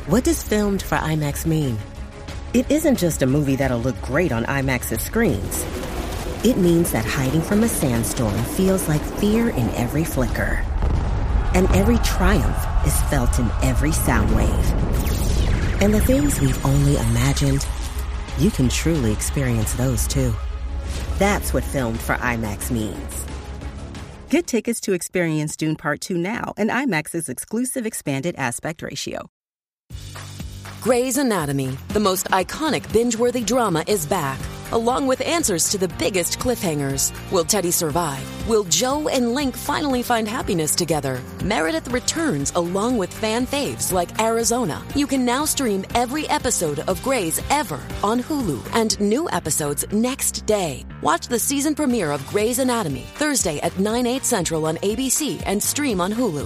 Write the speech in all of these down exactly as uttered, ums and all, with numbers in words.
What does filmed for IMAX mean? It isn't just a movie that'll look great on IMAX's screens. It means that hiding from a sandstorm feels like fear in every flicker. And every triumph is felt in every sound wave. And the things we've only imagined, you can truly experience those too. That's what filmed for IMAX means. Get tickets to experience Dune Part two now and IMAX's exclusive expanded aspect ratio. Grey's Anatomy, the most iconic binge-worthy drama, is back, along with answers to the biggest cliffhangers. Will Teddy survive? Will Joe and Link finally find happiness together? Meredith returns along with fan faves like Arizona. You can now stream every episode of Grey's ever on Hulu, and new episodes next day. Watch the season premiere of Grey's Anatomy Thursday at nine, eight Central on A B C and stream on Hulu.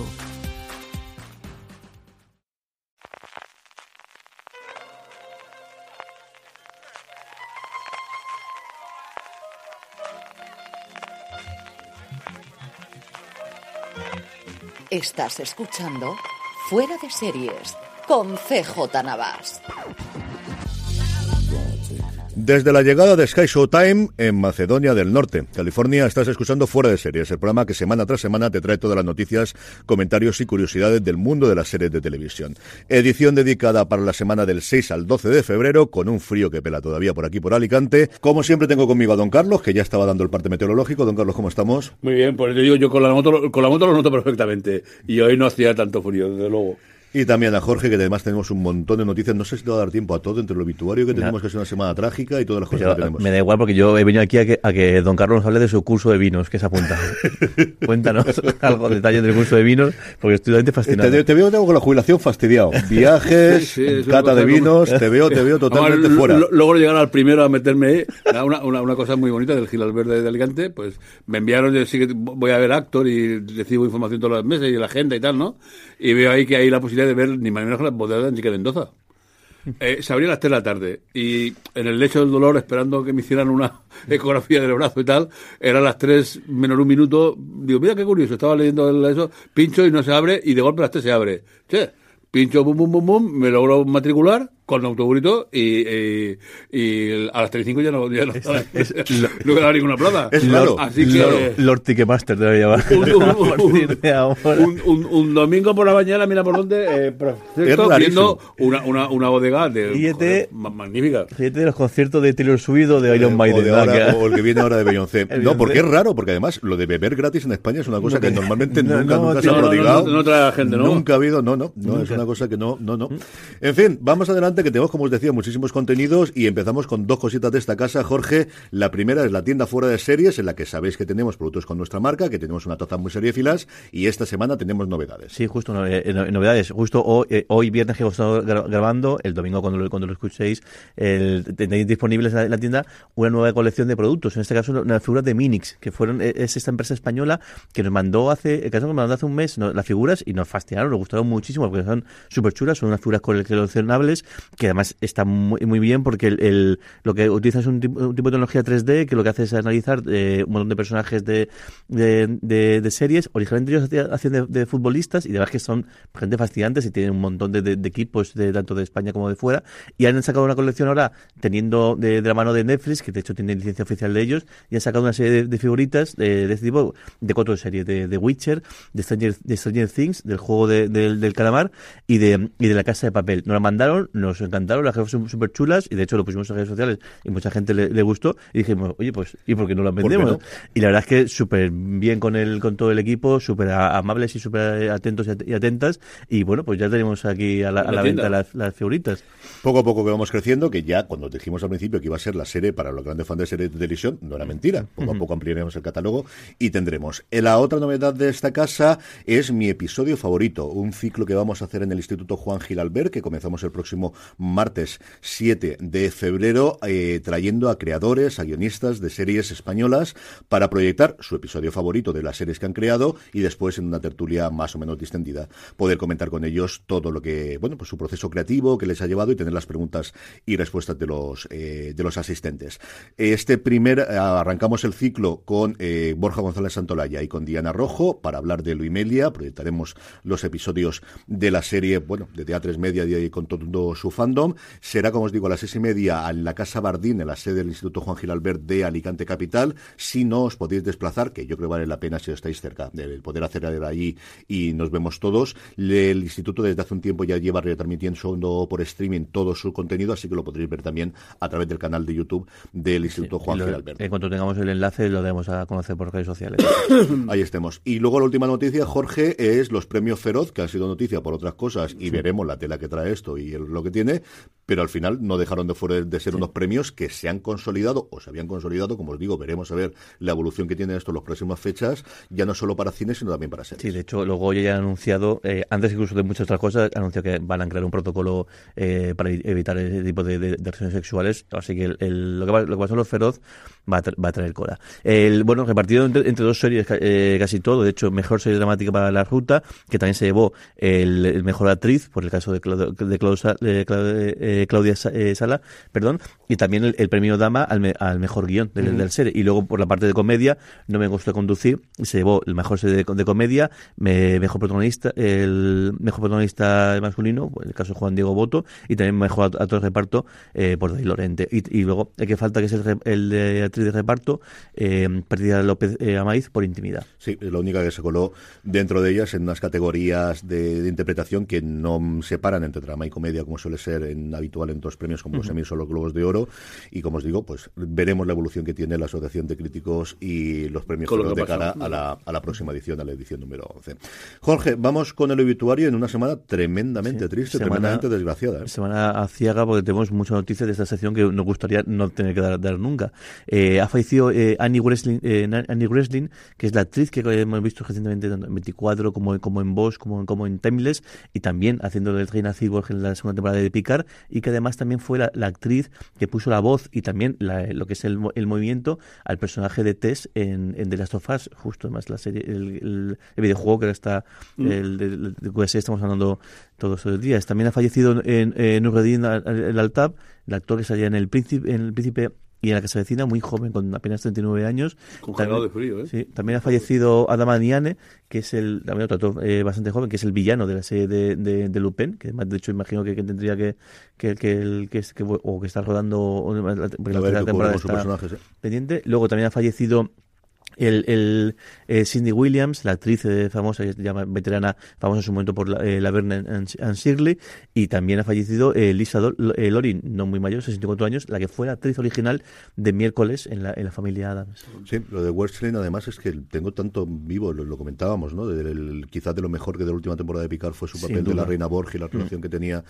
Estás escuchando Fuera de Series con C J Navas. Desde la llegada de Sky Showtime en Macedonia del Norte, California, estás escuchando Fuera de Series, el programa que semana tras semana te trae todas las noticias, comentarios y curiosidades del mundo de las series de televisión. Edición dedicada para la semana del seis al doce de febrero, con un frío que pela todavía por aquí por Alicante. Como siempre tengo conmigo a don Carlos, que ya estaba dando el parte meteorológico. Don Carlos, ¿cómo estamos? Muy bien, pues te digo, yo con la moto, con la moto lo noto perfectamente, y hoy no hacía tanto frío, desde luego. Y también a Jorge, que además tenemos un montón de noticias. No sé si te va a dar tiempo a todo entre lo obituario que tenemos, no. que es una semana trágica, y todas las cosas Pero que tenemos. Me da igual, porque yo he venido aquí a que, a que don Carlos nos hable de su curso de vinos, que se apunta. Cuéntanos algo, detalles del curso de vinos, porque estoy totalmente fascinado. Te, te veo tengo con la jubilación fastidiado. Viajes, sí, sí, cata de vinos, te veo, te veo totalmente Además, fuera. L- luego llegar al primero a meterme una, una, una cosa muy bonita del Gil Albert de Alicante, pues me enviaron, yo sí que voy a ver Actor y recibo información todos los meses y la agenda y tal, ¿no? Y veo ahí que hay la posibilidad de ver ni más ni menos las bodegas de Enrique Mendoza. Eh, se abría a las tres de la tarde y en el lecho del dolor, esperando que me hicieran una ecografía del brazo y tal, eran las tres menos un minuto. Digo, mira qué curioso, estaba leyendo el, eso, pincho y no se abre, y de golpe a las tres se abre. Che, pincho, bum, bum, bum, bum, me logro matricular con autoburito y, y, y a las tres y cinco ya no, ya no, es, es, no, no quedaba ninguna plaza. Es claro. Así que Lord, Lord Ticketmaster te voy a llevar. Un, un, un, un, un domingo por la mañana, mira por dónde, eh, perfecto, viendo una, una, una bodega de fíjate, joder, magnífica. Fíjate de los conciertos de Taylor Swift o de Iron Maiden. O, de ahora, o el que viene ahora de Beyoncé. No, porque es raro, porque además lo de beber gratis en España es una cosa no, que normalmente no, nunca, no, nunca no, se ha prodigado. No, no, no trae gente, ¿no? Nunca ha habido, no, no, no, es una cosa que no, no, no. En fin, vamos adelante, que tenemos, como os decía, muchísimos contenidos, y empezamos con dos cositas de esta casa, Jorge. La primera es la tienda Fuera de Series, en la que sabéis que tenemos productos con nuestra marca, que tenemos una taza muy seriéfilas, y esta semana tenemos novedades. Sí, justo, no, eh, novedades. Justo hoy, eh, hoy viernes que hemos estado grabando, el domingo cuando lo, cuando lo escuchéis, el, tenéis disponibles en la, en la tienda una nueva colección de productos, en este caso una figura de Minix, que fueron es esta empresa española que nos mandó hace, el caso que nos mandó hace un mes, no, las figuras, y nos fascinaron, nos gustaron muchísimo, porque son súper chulas, son unas figuras coleccionables, que además están muy, muy bien, porque el, el, lo que utiliza es un tipo, un tipo de tecnología tres D, que lo que hace es analizar eh, un montón de personajes de, de, de, de series. Originalmente ellos hacían de, de futbolistas, y de verdad que son gente fascinantes y tienen un montón de, de, de equipos, de tanto de España como de fuera, y han sacado una colección ahora, teniendo de, de la mano de Netflix, que de hecho tiene licencia oficial de ellos, y han sacado una serie de, de figuritas de, de este tipo, de cuatro series, de, de Witcher, de Stranger, de Stranger Things, del juego de, de, del calamar, y de, y de La Casa de Papel. Nos la mandaron, nos encantaron, las jefas son súper chulas, y de hecho lo pusimos en redes sociales y mucha gente le, le gustó, y dijimos, oye, pues, ¿y por qué no las vendemos? No? Y la verdad es que súper bien con el con todo el equipo, súper amables y súper atentos y atentas, y bueno, pues ya tenemos aquí a la, a la venta las, las figuritas. Poco a poco que vamos creciendo, que ya cuando dijimos al principio que iba a ser la serie para los grandes fans de series de televisión, no era mentira. Poco uh-huh. a poco ampliaremos el catálogo y tendremos. La otra novedad de esta casa es mi episodio favorito, un ciclo que vamos a hacer en el Instituto Juan Gil Albert, que comenzamos el próximo martes siete de febrero, eh, trayendo a creadores, a guionistas de series españolas para proyectar su episodio favorito de las series que han creado y después en una tertulia más o menos distendida poder comentar con ellos todo lo que, bueno, pues su proceso creativo que les ha llevado y tener las preguntas y respuestas de los eh, de los asistentes. Este primer, eh, arrancamos el ciclo con eh, Borja González Santolaya y con Diana Rojo para hablar de Luimelia. Proyectaremos los episodios de la serie, bueno, de A tres Media y con todo su fandom. Será, como os digo, a las seis y media en la Casa Bardín, en la sede del Instituto Juan Gil Albert de Alicante Capital. Si no os podéis desplazar, que yo creo que vale la pena si estáis cerca, de poder hacer allí y nos vemos todos. El Instituto desde hace un tiempo ya lleva retransmitiendo por streaming todo su contenido, así que lo podréis ver también a través del canal de YouTube del Instituto sí, Juan Gil Albert. En cuanto tengamos el enlace lo demos a conocer por redes sociales. Ahí estemos. Y luego la última noticia, Jorge, es los premios Feroz, que han sido noticia por otras cosas, y sí. veremos la tela que trae esto y el, lo que tiene, pero al final no dejaron de, fuera de ser sí. unos premios que se han consolidado, o se habían consolidado, como os digo, veremos a ver la evolución que tiene esto en las próximas fechas, ya no solo para cine, sino también para series. Sí, de hecho, luego ya han anunciado, eh, antes incluso de muchas otras cosas, han anunciado que van a crear un protocolo eh, para evitar ese tipo de, de, de acciones sexuales, así que el, el, lo que va, lo que pasó en los Feroz va a, tra- va a traer cola. El, bueno, repartido entre, entre dos series eh, casi todo, de hecho, mejor serie dramática para La Ruta, que también se llevó el, el mejor actriz, por el caso de, Claudio, de, Claudia, de Claudia, eh, Claudia Sala, perdón, y también el, el premio Dama al, me, al mejor guión de, mm. del serie. Y luego, por la parte de comedia, No me gustó conducir, se llevó el mejor serie de, de comedia, me, mejor protagonista, el mejor protagonista masculino, en el caso de Juan Diego Boto, y también mejor actor de reparto eh, por David Lorente. Y, y luego, el que falta, que es el, el de actriz de reparto, eh, Perdida López eh, Amaiz, por Intimidad. Sí, es la única que se coló dentro de ellas en unas categorías de, de interpretación que no separan entre drama y comedia, como suele ser en, habitual en otros premios como uh-huh. los Emmys o los Globos de Oro. Y como os digo, pues veremos la evolución que tiene la Asociación de Críticos y los premios de cara a la, a la próxima edición, a la edición número once. Jorge, vamos con el obituario en una semana tremendamente sí, triste, semana, tremendamente desgraciada. ¿eh? Semana aciaga porque tenemos muchas noticias de esta sección que nos gustaría no tener que dar, dar nunca. Eh, ha fallecido eh, Annie Wrestling, eh, Annie Wrestling, que es la actriz que hemos visto recientemente tanto en veinticuatro como, como en Bosch, como, como en Timeless, y también haciendo de Reina Cyborg en la segunda temporada de Picard, y que además también fue la, la actriz que puso la voz y también la, lo que es el, el movimiento al personaje de Tess en, en The Last of Us, justo además la serie, el, el, el videojuego que ahora está, mm. el de, de, de Q S estamos hablando todos los días. También ha fallecido en, en Nureddin el Altab, el actor que salía en El Príncipe, en el Príncipe y en La que se avecina, muy joven, con apenas treinta y nueve años. Congelado de frío, ¿eh? Sí, también ha fallecido Adama Diane, que es el, también otro actor eh, bastante joven, que es el villano de la serie de, de, de Lupin, que además, de hecho, imagino que, que tendría que, que, que, el, que, que, o que está rodando, o, la, la tercera temporada está ¿eh? pendiente. Luego también ha fallecido El, el eh, Cindy Williams, la actriz eh, famosa, ya veterana, famosa en su momento por la, eh, Laverne and, and Shirley, y también ha fallecido eh, Lisa Do, eh, Loring, no muy mayor, sesenta y cuatro años, la que fue la actriz original de Miércoles en la, en la familia Addams. Sí, lo de Wrestling además es que tengo tanto vivo, lo, lo comentábamos, ¿no? De, de, quizás de lo mejor que de la última temporada de Picard fue su papel de la Reina Borg y la relación mm. que tenía.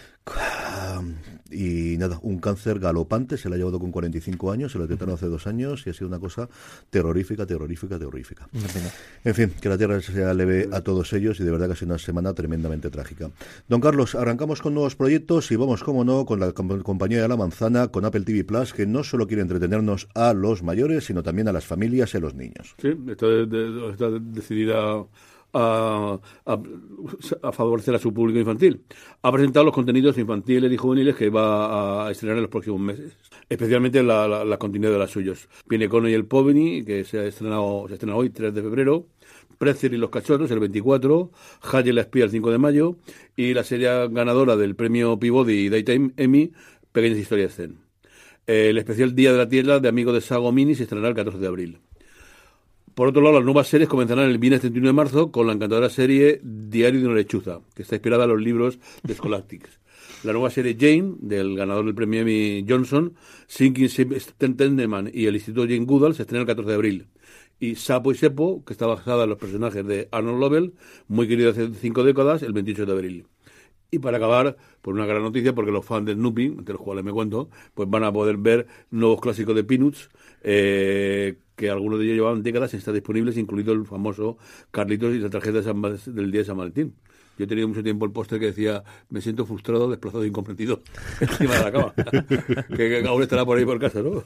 Y nada, un cáncer galopante, se la ha llevado con cuarenta y cinco años, se lo detectaron hace dos años y ha sido una cosa terrorífica, terrorífica, terrorífica. En fin, que la tierra sea leve a todos ellos y de verdad que ha sido una semana tremendamente trágica. Don Carlos, arrancamos con nuevos proyectos y vamos, como no, con la compañía de la manzana, con Apple T V Plus, que no solo quiere entretenernos a los mayores, sino también a las familias y a los niños. Sí, está, de, de, está decidida A, a, a favorecer a su público infantil. Ha presentado los contenidos infantiles y juveniles que va a estrenar en los próximos meses, especialmente la, la, la continuidad de las suyos. Viene Cono y el Poveni, que se ha estrenado, se estrena hoy, tres de febrero, Pretzel y los cachorros, el veinticuatro, Halle la espía, el cinco de mayo, y la serie ganadora del premio Peabody y Daytime Emmy, Pequeñas historias Zen. El especial Día de la Tierra de Amigos de Sago Mini se estrenará el catorce de abril. Por otro lado, las nuevas series comenzarán el viernes treinta y uno de marzo con la encantadora serie Diario de una lechuza, que está inspirada en los libros de Scholastics. La nueva serie Jane, del ganador del premio Emmy Johnson, Sinking Tenderman y el Instituto Jane Goodall, se estrena el catorce de abril. Y Sapo y Sepo, que está basada en los personajes de Arnold Lovell, muy querido hace cinco décadas, el veintiocho de abril. Y para acabar, por una gran noticia, porque los fans de Snoopy, entre los cuales me cuento, pues van a poder ver nuevos clásicos de Peanuts, eh, que algunos de ellos llevaban décadas y están disponibles, incluido el famoso Carlitos y la tarjeta de San, del día de San Valentín. Yo he tenido mucho tiempo el póster que decía, me siento frustrado, desplazado e incomprendido encima de la cama. que, que aún estará por ahí por casa, ¿no?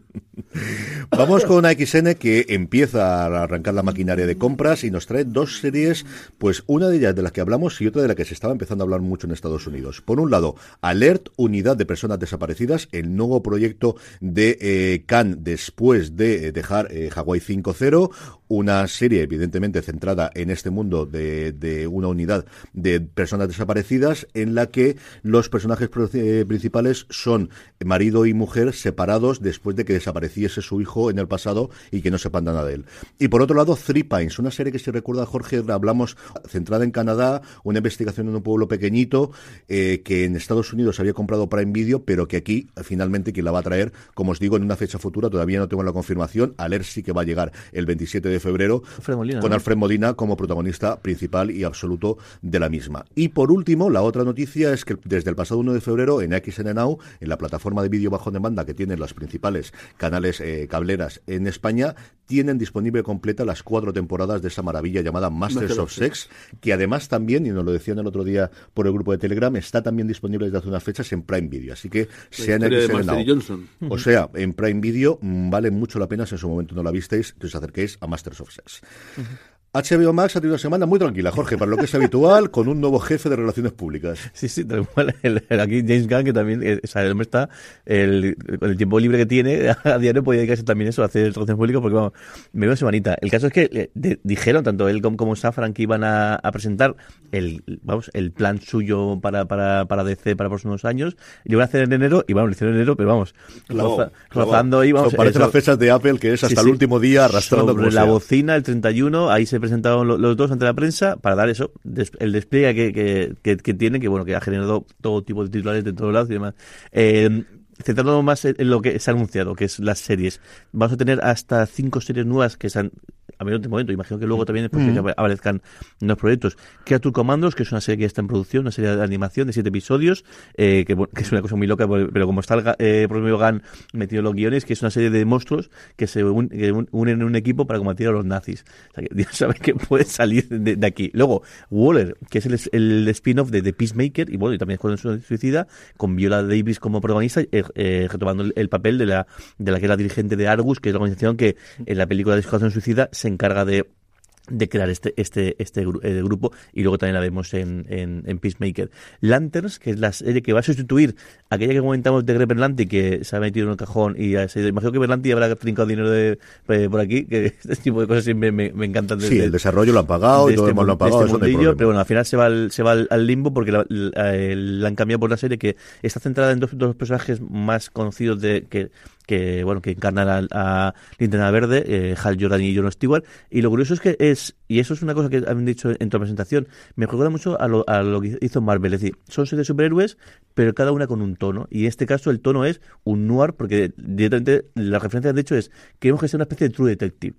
Vamos con A X N, que empieza a arrancar la maquinaria de compras y nos trae dos series, pues una de ellas de las que hablamos y otra de la que se estaba empezando a hablar mucho en Estados Unidos. Por un lado, Alert, Unidad de Personas Desaparecidas, el nuevo proyecto de eh, Cannes después de eh, dejar eh, Hawaii cinco cero, una serie evidentemente centrada en este mundo de, de una unidad de personas desaparecidas en la que los personajes eh, principales son marido y mujer separados después de que desapareciese su hijo en el pasado y que no sepan nada de él. Y por otro lado, Three Pines, una serie que, si recuerda Jorge, hablamos, centrada en Canadá, una investigación en un pueblo pequeñito eh, que en Estados Unidos había comprado Prime Video, pero que aquí finalmente quien la va a traer, como os digo, en una fecha futura, todavía no tengo la confirmación. Alert sí que va a llegar el veintisiete de febrero Alfred Molina, con ¿no? Alfred Molina como protagonista principal y absoluto de la misma. Y por último, la otra noticia es que desde el pasado uno de febrero en A X N Now, en la plataforma de vídeo bajo demanda que tienen los principales canales eh, cableras en España, tienen disponible completa las cuatro temporadas de esa maravilla llamada Masters of Sex, que además también, y nos lo decían el otro día por el grupo de Telegram, está también disponible desde hace unas fechas en Prime Video. Así que sea en A X N Now, o sea, en Prime Video, mmm, vale mucho la pena si en su momento no la visteis, que os acerquéis a Masters of Sex. Uh-huh. H B O Max ha tenido una semana muy tranquila, Jorge, para lo que es habitual, con un nuevo jefe de relaciones públicas. Sí, sí, tal cual. El, el, aquí James Gunn, que también, eh, o sea, el hombre está, el, el tiempo libre que tiene, a diario puede dedicarse también eso, a hacer relaciones públicas, porque vamos, me veo semanita. El caso es que eh, de, dijeron, tanto él como, como Safran, que iban a, a presentar el, vamos, el plan suyo para, para, para D C para los próximos años, y lo iban a hacer en enero, y vamos, lo hicieron en enero, pero vamos, claro, roza, claro. rozando ahí, vamos. Eso parece las fechas de Apple, que es hasta sí, el sí. último día arrastrando sobre la bocina, el treinta y uno, ahí se presentaron los, los dos ante la prensa para dar eso, des, el despliegue que, que, que, que tiene, que bueno, que ha generado todo tipo de titulares de todos lados y demás. Eh, centrándonos más en lo que se ha anunciado, que es las series. Vamos a tener hasta cinco series nuevas que se han, a menos de momento, imagino que luego también es posible mm. que aparezcan nuevos proyectos. Creature Commandos, que es una serie que ya está en producción, una serie de animación de siete episodios, eh, que, bueno, que es una cosa muy loca, pero como está el eh, propio Gunn metido en los guiones, que es una serie de monstruos que se un, que unen en un equipo para combatir a los nazis. O sea, que Dios sabe que puede salir de, de aquí. Luego, Waller, que es el, el spin-off de The Peacemaker, y bueno, y también es con Suicida, con Viola Davis como protagonista, eh, eh, retomando el, el papel de la de la que es la dirigente de Argus, que es la organización que en la película de Escuadrón Suicida se encarga de de crear este este este gru- eh, grupo, y luego también la vemos en, en, en Peacemaker. Lanterns, que es la serie que va a sustituir aquella que comentamos de Greg Berlanti, que se ha metido en un cajón y ha sido, imagino que Berlanti habrá trincado dinero de, de por aquí, que este tipo de cosas siempre me, me encantan. Desde, sí, el desarrollo lo han pagado y todo este, demás lo han pagado, este mundillo, no hay pero bueno, al final se va al, se va al, al limbo porque la, la, la han cambiado por una serie que está centrada en dos, dos personajes más conocidos de que que bueno que encarnan a, a Linterna Verde, eh, Hal Jordan y Jon Stewart, y lo curioso es que es, y eso es una cosa que han dicho en tu presentación, me recuerda mucho a lo, a lo que hizo Marvel, es decir, son series de superhéroes, pero cada una con un tono, y en este caso el tono es un noir, porque directamente la referencia de hecho es, queremos que sea una especie de True Detective.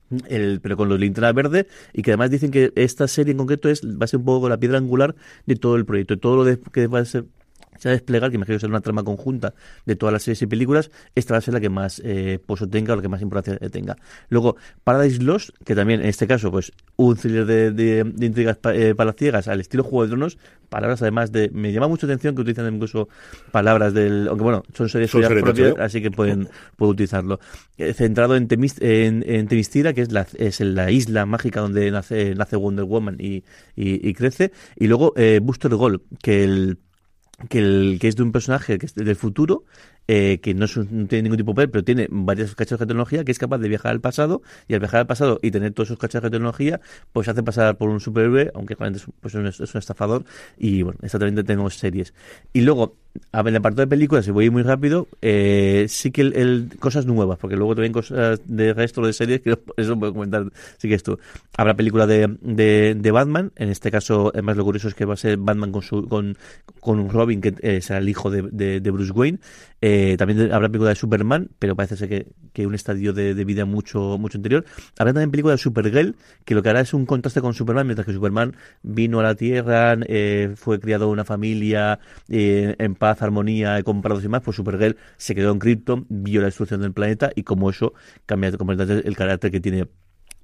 El, pero con los Linterna Verde, y que además dicen que esta serie en concreto es va a ser un poco la piedra angular de todo el proyecto, todo lo de, que va a ser se va a desplegar, que imagino que será una trama conjunta de todas las series y películas. Esta va a ser la que más eh, poso tenga, o la que más importancia tenga. Luego, Paradise Lost, que también en este caso, pues, un thriller de, de, de intrigas pa, eh, palaciegas al estilo Juego de Tronos, palabras además de, me llama mucho atención que utilizan incluso palabras del, aunque bueno, son series son propias, propias así que pueden, pueden utilizarlo. Eh, centrado en, Temis, en, en Temistira, que es la, es la isla mágica donde nace, nace Wonder Woman y, y, y crece. Y luego, eh, Booster Gold, que el que el que es de un personaje que es del futuro, eh, que no, es un, no tiene ningún tipo de papel, pero tiene varios cacharros de tecnología, que es capaz de viajar al pasado, y al viajar al pasado y tener todos esos cacharros de tecnología, pues hace pasar por un superhéroe, aunque realmente es, pues es, un, es un estafador. Y bueno, exactamente tenemos series. Y luego, a ver, en el apartado de películas, si voy a ir muy rápido, eh, sí que el, el, cosas nuevas, porque luego también cosas de resto de series, que eso puedo comentar, sí que esto. Habrá película de, de, de Batman, en este caso, además lo curioso es que va a ser Batman con su con, con un Robin, que eh, será el hijo de, de, de Bruce Wayne. Eh, también habrá película de Superman, pero parece ser que, que un estadio de, de vida mucho mucho anterior. Habrá también película de Supergirl, que lo que hará es un contraste con Superman, mientras que Superman vino a la Tierra, eh, fue criado en una familia, eh, en paz, armonía, comprados y más, pues Supergirl se quedó en Krypton, vio la destrucción del planeta, y como eso cambia completamente el carácter que tiene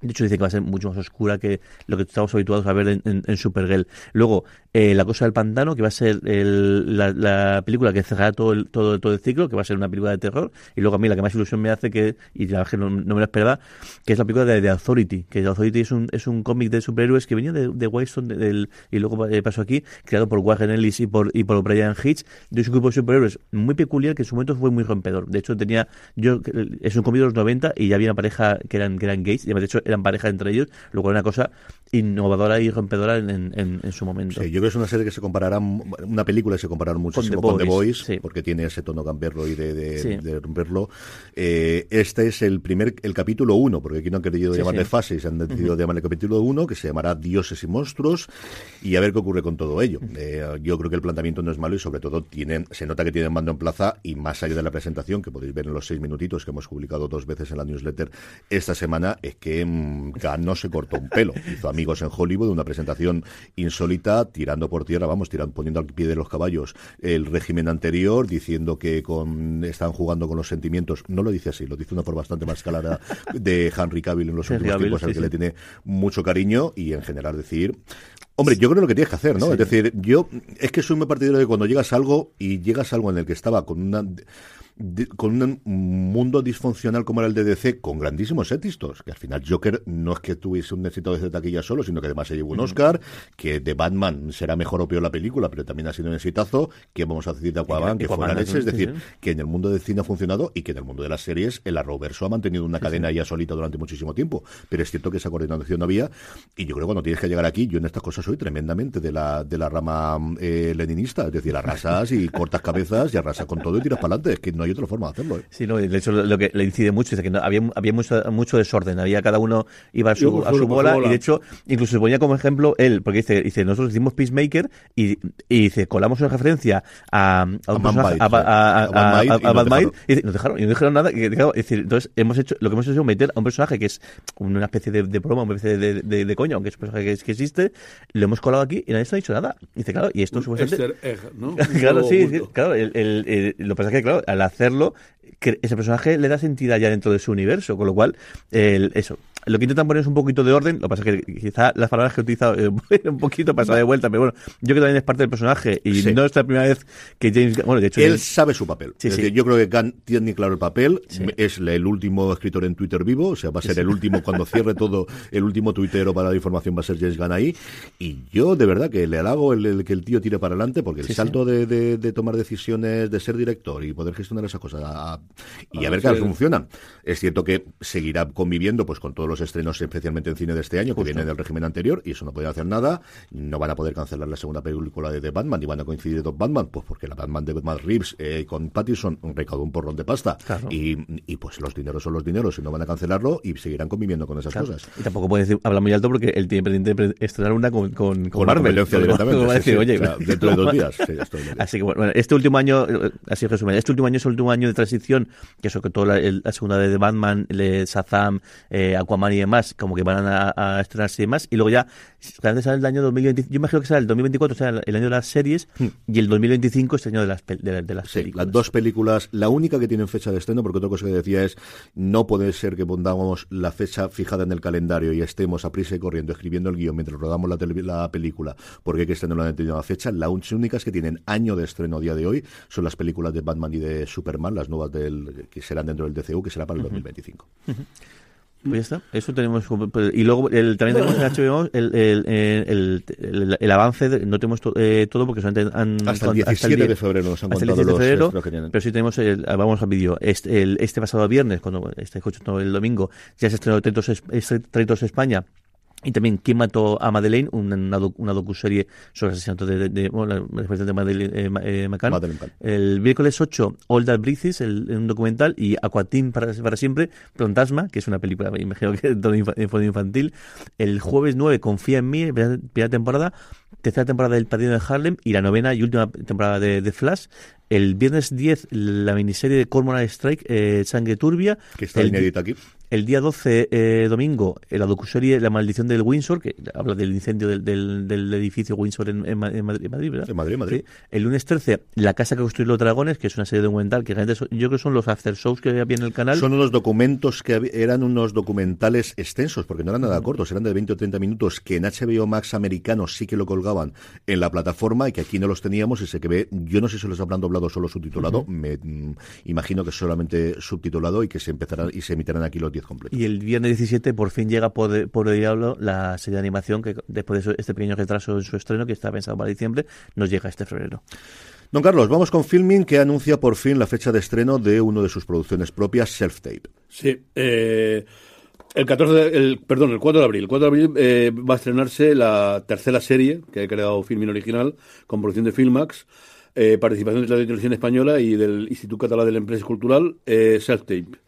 De hecho, dice que va a ser mucho más oscura que lo que estamos habituados a ver en, en, en Supergirl. Luego, eh, La cosa del pantano, que va a ser el, la, la película que cerrará todo el, todo, todo el ciclo, que va a ser una película de terror. Y luego a mí la que más ilusión me hace, que y la verdad que no, no me lo esperaba, que es la película de The Authority. Que The Authority es un, es un cómic de superhéroes que venía de, de Wildstorm de, del, y luego eh, pasó aquí, creado por Warren Ellis y por, y por Brian Hitch, de un grupo de superhéroes muy peculiar que en su momento fue muy rompedor. De hecho, tenía yo es un cómic de los noventa y ya había una pareja que eran, que eran gays, y de hecho eran pareja entre ellos, lo cual era una cosa innovadora y rompedora en, en, en su momento. Sí, yo creo que es una serie que se comparará, una película que se comparará muchísimo con The Boys, con The Boys sí. porque tiene ese tono gamberro y de, de, sí. de romperlo. Eh, este es el primer, el capítulo uno, porque aquí no han querido sí, llamarle sí. fase y se han decidido uh-huh. llamarle capítulo uno, que se llamará Dioses y Monstruos, y a ver qué ocurre con todo ello. Uh-huh. Eh, yo creo que el planteamiento no es malo y sobre todo tienen, se nota que tienen mando en plaza, y más allá de la presentación, que podéis ver en los seis minutitos que hemos publicado dos veces en la newsletter esta semana, es que mmm, Gunn no se cortó un pelo. Hizo amigos en Hollywood, una presentación insólita, tirando por tierra, vamos, tirando, poniendo al pie de los caballos el régimen anterior, diciendo que con están jugando con los sentimientos, no lo dice así, lo dice de una forma bastante más clara de Henry Cavill en los últimos Cavill, tiempos, al sí, que sí. le tiene mucho cariño, y en general decir... Hombre, yo creo lo que tienes que hacer, ¿no? Sí. Es decir, yo es que soy muy partidario de que cuando llegas a algo y llegas a algo en el que estaba con una... De, con un mundo disfuncional como era el de D C, con grandísimos éxitos, que al final Joker no es que tuviese un éxito de taquilla solo, sino que además se llevó un Oscar, que de Batman será mejor o peor la película, pero también ha sido un exitazo, que vamos a decir de Aquaman, que fue una leche, es decir, sí, sí. que en el mundo del cine ha funcionado y que en el mundo de las series el Arrowverso ha mantenido una sí, cadena sí. ya solita durante muchísimo tiempo, pero es cierto que esa coordinación no había, y yo creo que cuando tienes que llegar aquí, yo en estas cosas soy tremendamente de la de la rama eh, leninista, es decir, arrasas y cortas cabezas y arrasas con todo y tiras para adelante, es que no hay otra forma de hacerlo. ¿eh? Sí, no, de hecho lo que le incide mucho es que no, había había mucho, mucho desorden, había cada uno iba a su, Yo, a su bola, bola y de hecho incluso se ponía como ejemplo él, porque dice, dice nosotros hicimos Peacemaker y, y dice colamos una referencia a a un personaje, a Bad Might y nos dejaron y no dijeron nada, y, es decir, entonces hemos hecho lo que hemos hecho es meter a un personaje que es una especie de, de broma, una especie de, de, de coña, aunque es un personaje que, que existe, lo hemos colado aquí y nadie se ha dicho nada. Y dice, claro, y esto supuestamente egg, ¿no? claro, sí, sí, claro, el, el, el, lo que pasa es que claro, al hacerlo que ese personaje le da sentido ya dentro de su universo, con lo cual el, eso lo que intentan poner es un poquito de orden, lo que pasa es que quizá las palabras que he utilizado eh, un poquito pasada de vuelta, pero bueno, yo que también es parte del personaje y sí. no es la primera vez que James bueno, de hecho él James... sabe su papel, sí, es sí. decir, yo creo que Gunn tiene claro el papel, sí. es el último escritor en Twitter vivo, o sea, va a ser sí. el último cuando cierre todo, el último tuitero para la información va a ser James Gunn ahí, y yo de verdad que le halago el, el que el tío tire para adelante, porque el sí, salto sí. De, de, de tomar decisiones, de ser director y poder gestionar esas cosas a, y ah, a ver sí. qué funcionan. Es cierto que seguirá conviviendo pues con todos los estrenos, especialmente en cine de este año, Justo. que viene del régimen anterior, y eso no pueden hacer nada, no van a poder cancelar la segunda película de The Batman, y van a coincidir dos Batman, pues porque la Batman de Matt Reeves eh, con Pattinson recaudó un porrón de pasta, claro. y, y pues los dineros son los dineros, y no van a cancelarlo, y seguirán conviviendo con esas claro. cosas. Y tampoco pueden decir, habla muy alto, porque él tiene pendiente de estrenar una con, con, con, con Marvel. Directamente, sí, decir, sí, oye, o sea, dentro de dos días. Sí, estoy así que bueno, este último año, así resumen, este último año es el último año de transición, que eso, que toda la, el, la segunda de The Batman, le, Shazam, eh, Aquaman y demás, como que van a, a estrenarse y demás, y luego ya realmente sale el año dos mil veinte, yo imagino que será el dos mil veinticuatro, o sea, el año de las series, hmm. y el dos mil veinticinco es el año de las, de, de, de las sí, películas. Las dos películas, la única que tienen fecha de estreno, porque otra cosa que decía es, no puede ser que pongamos la fecha fijada en el calendario y estemos a prisa y corriendo escribiendo el guión mientras rodamos la, tele, la película, porque hay que estrenarlo en la determinada fecha. Las únicas que tienen año de estreno a día de hoy son las películas de Batman y de Superman, las nuevas del, que serán dentro del D C U, que será para el uh-huh. dos mil veinticinco. Uh-huh. Pues ya está, eso tenemos. Y luego el, también tenemos en H B O el, el, el, el, el avance, de, no tenemos to, eh, todo porque solamente han. Hasta el diecisiete hasta el, de febrero nos han hasta contado el diecisiete de febrero, los que tienen. Pero sí tenemos, el, vamos al vídeo, este, el, este pasado viernes, cuando este escuchando el domingo, ya se estrenó Traitors España. Y también ¿Quién mató a Madeleine? Una, una docuserie sobre el asesinato de, de, de, bueno, la desaparición de Madeleine eh, eh, McCann. Madeleine. El miércoles ocho, All That Breathes, el, un documental, y Aquatin para, para siempre, Fantasma, que es una película, me imagino que es todo infantil. El jueves nueve, Confía en mí, primera temporada, tercera temporada del Padrino de Harlem, y la novena y última temporada de, de Flash. El viernes diez, la miniserie de Cormoran Strike, eh, Sangre Turbia. Que está el, inédita aquí. El día doce, eh, domingo, eh, la docuserie La maldición del Windsor, que habla del incendio del, del, del edificio Windsor en, en, en, Madrid, en Madrid, ¿verdad? En Madrid, Madrid. Sí. El lunes trece, La casa que construyó los dragones, que es una serie documental que realmente son, yo creo que son los after shows que había en el canal. Son unos documentos que hab- eran unos documentales extensos, porque no eran nada cortos, eran de veinte o treinta minutos, que en H B O Max americano sí que lo colgaban en la plataforma y que aquí no los teníamos y se que ve, yo no sé si los habrán doblado o solo subtitulado, uh-huh. me mm, imagino que solamente subtitulado y que se empezarán y se emitirán aquí los diez completos. Y el viernes diecisiete por fin llega por, por el diablo la serie de animación que después de este pequeño retraso en su estreno, que está pensado para diciembre, nos llega este febrero. Don Carlos, vamos con Filmin, que anuncia por fin la fecha de estreno de una de sus producciones propias, Self Tape. Sí, eh, el catorce de, el, perdón, el cuatro de abril. El cuatro de abril eh, va a estrenarse la tercera serie que ha creado Filmin Original, con producción de Filmax, eh, participación de la Televisión Española y del Instituto Català de la Empresa Cultural, eh, Self Tape.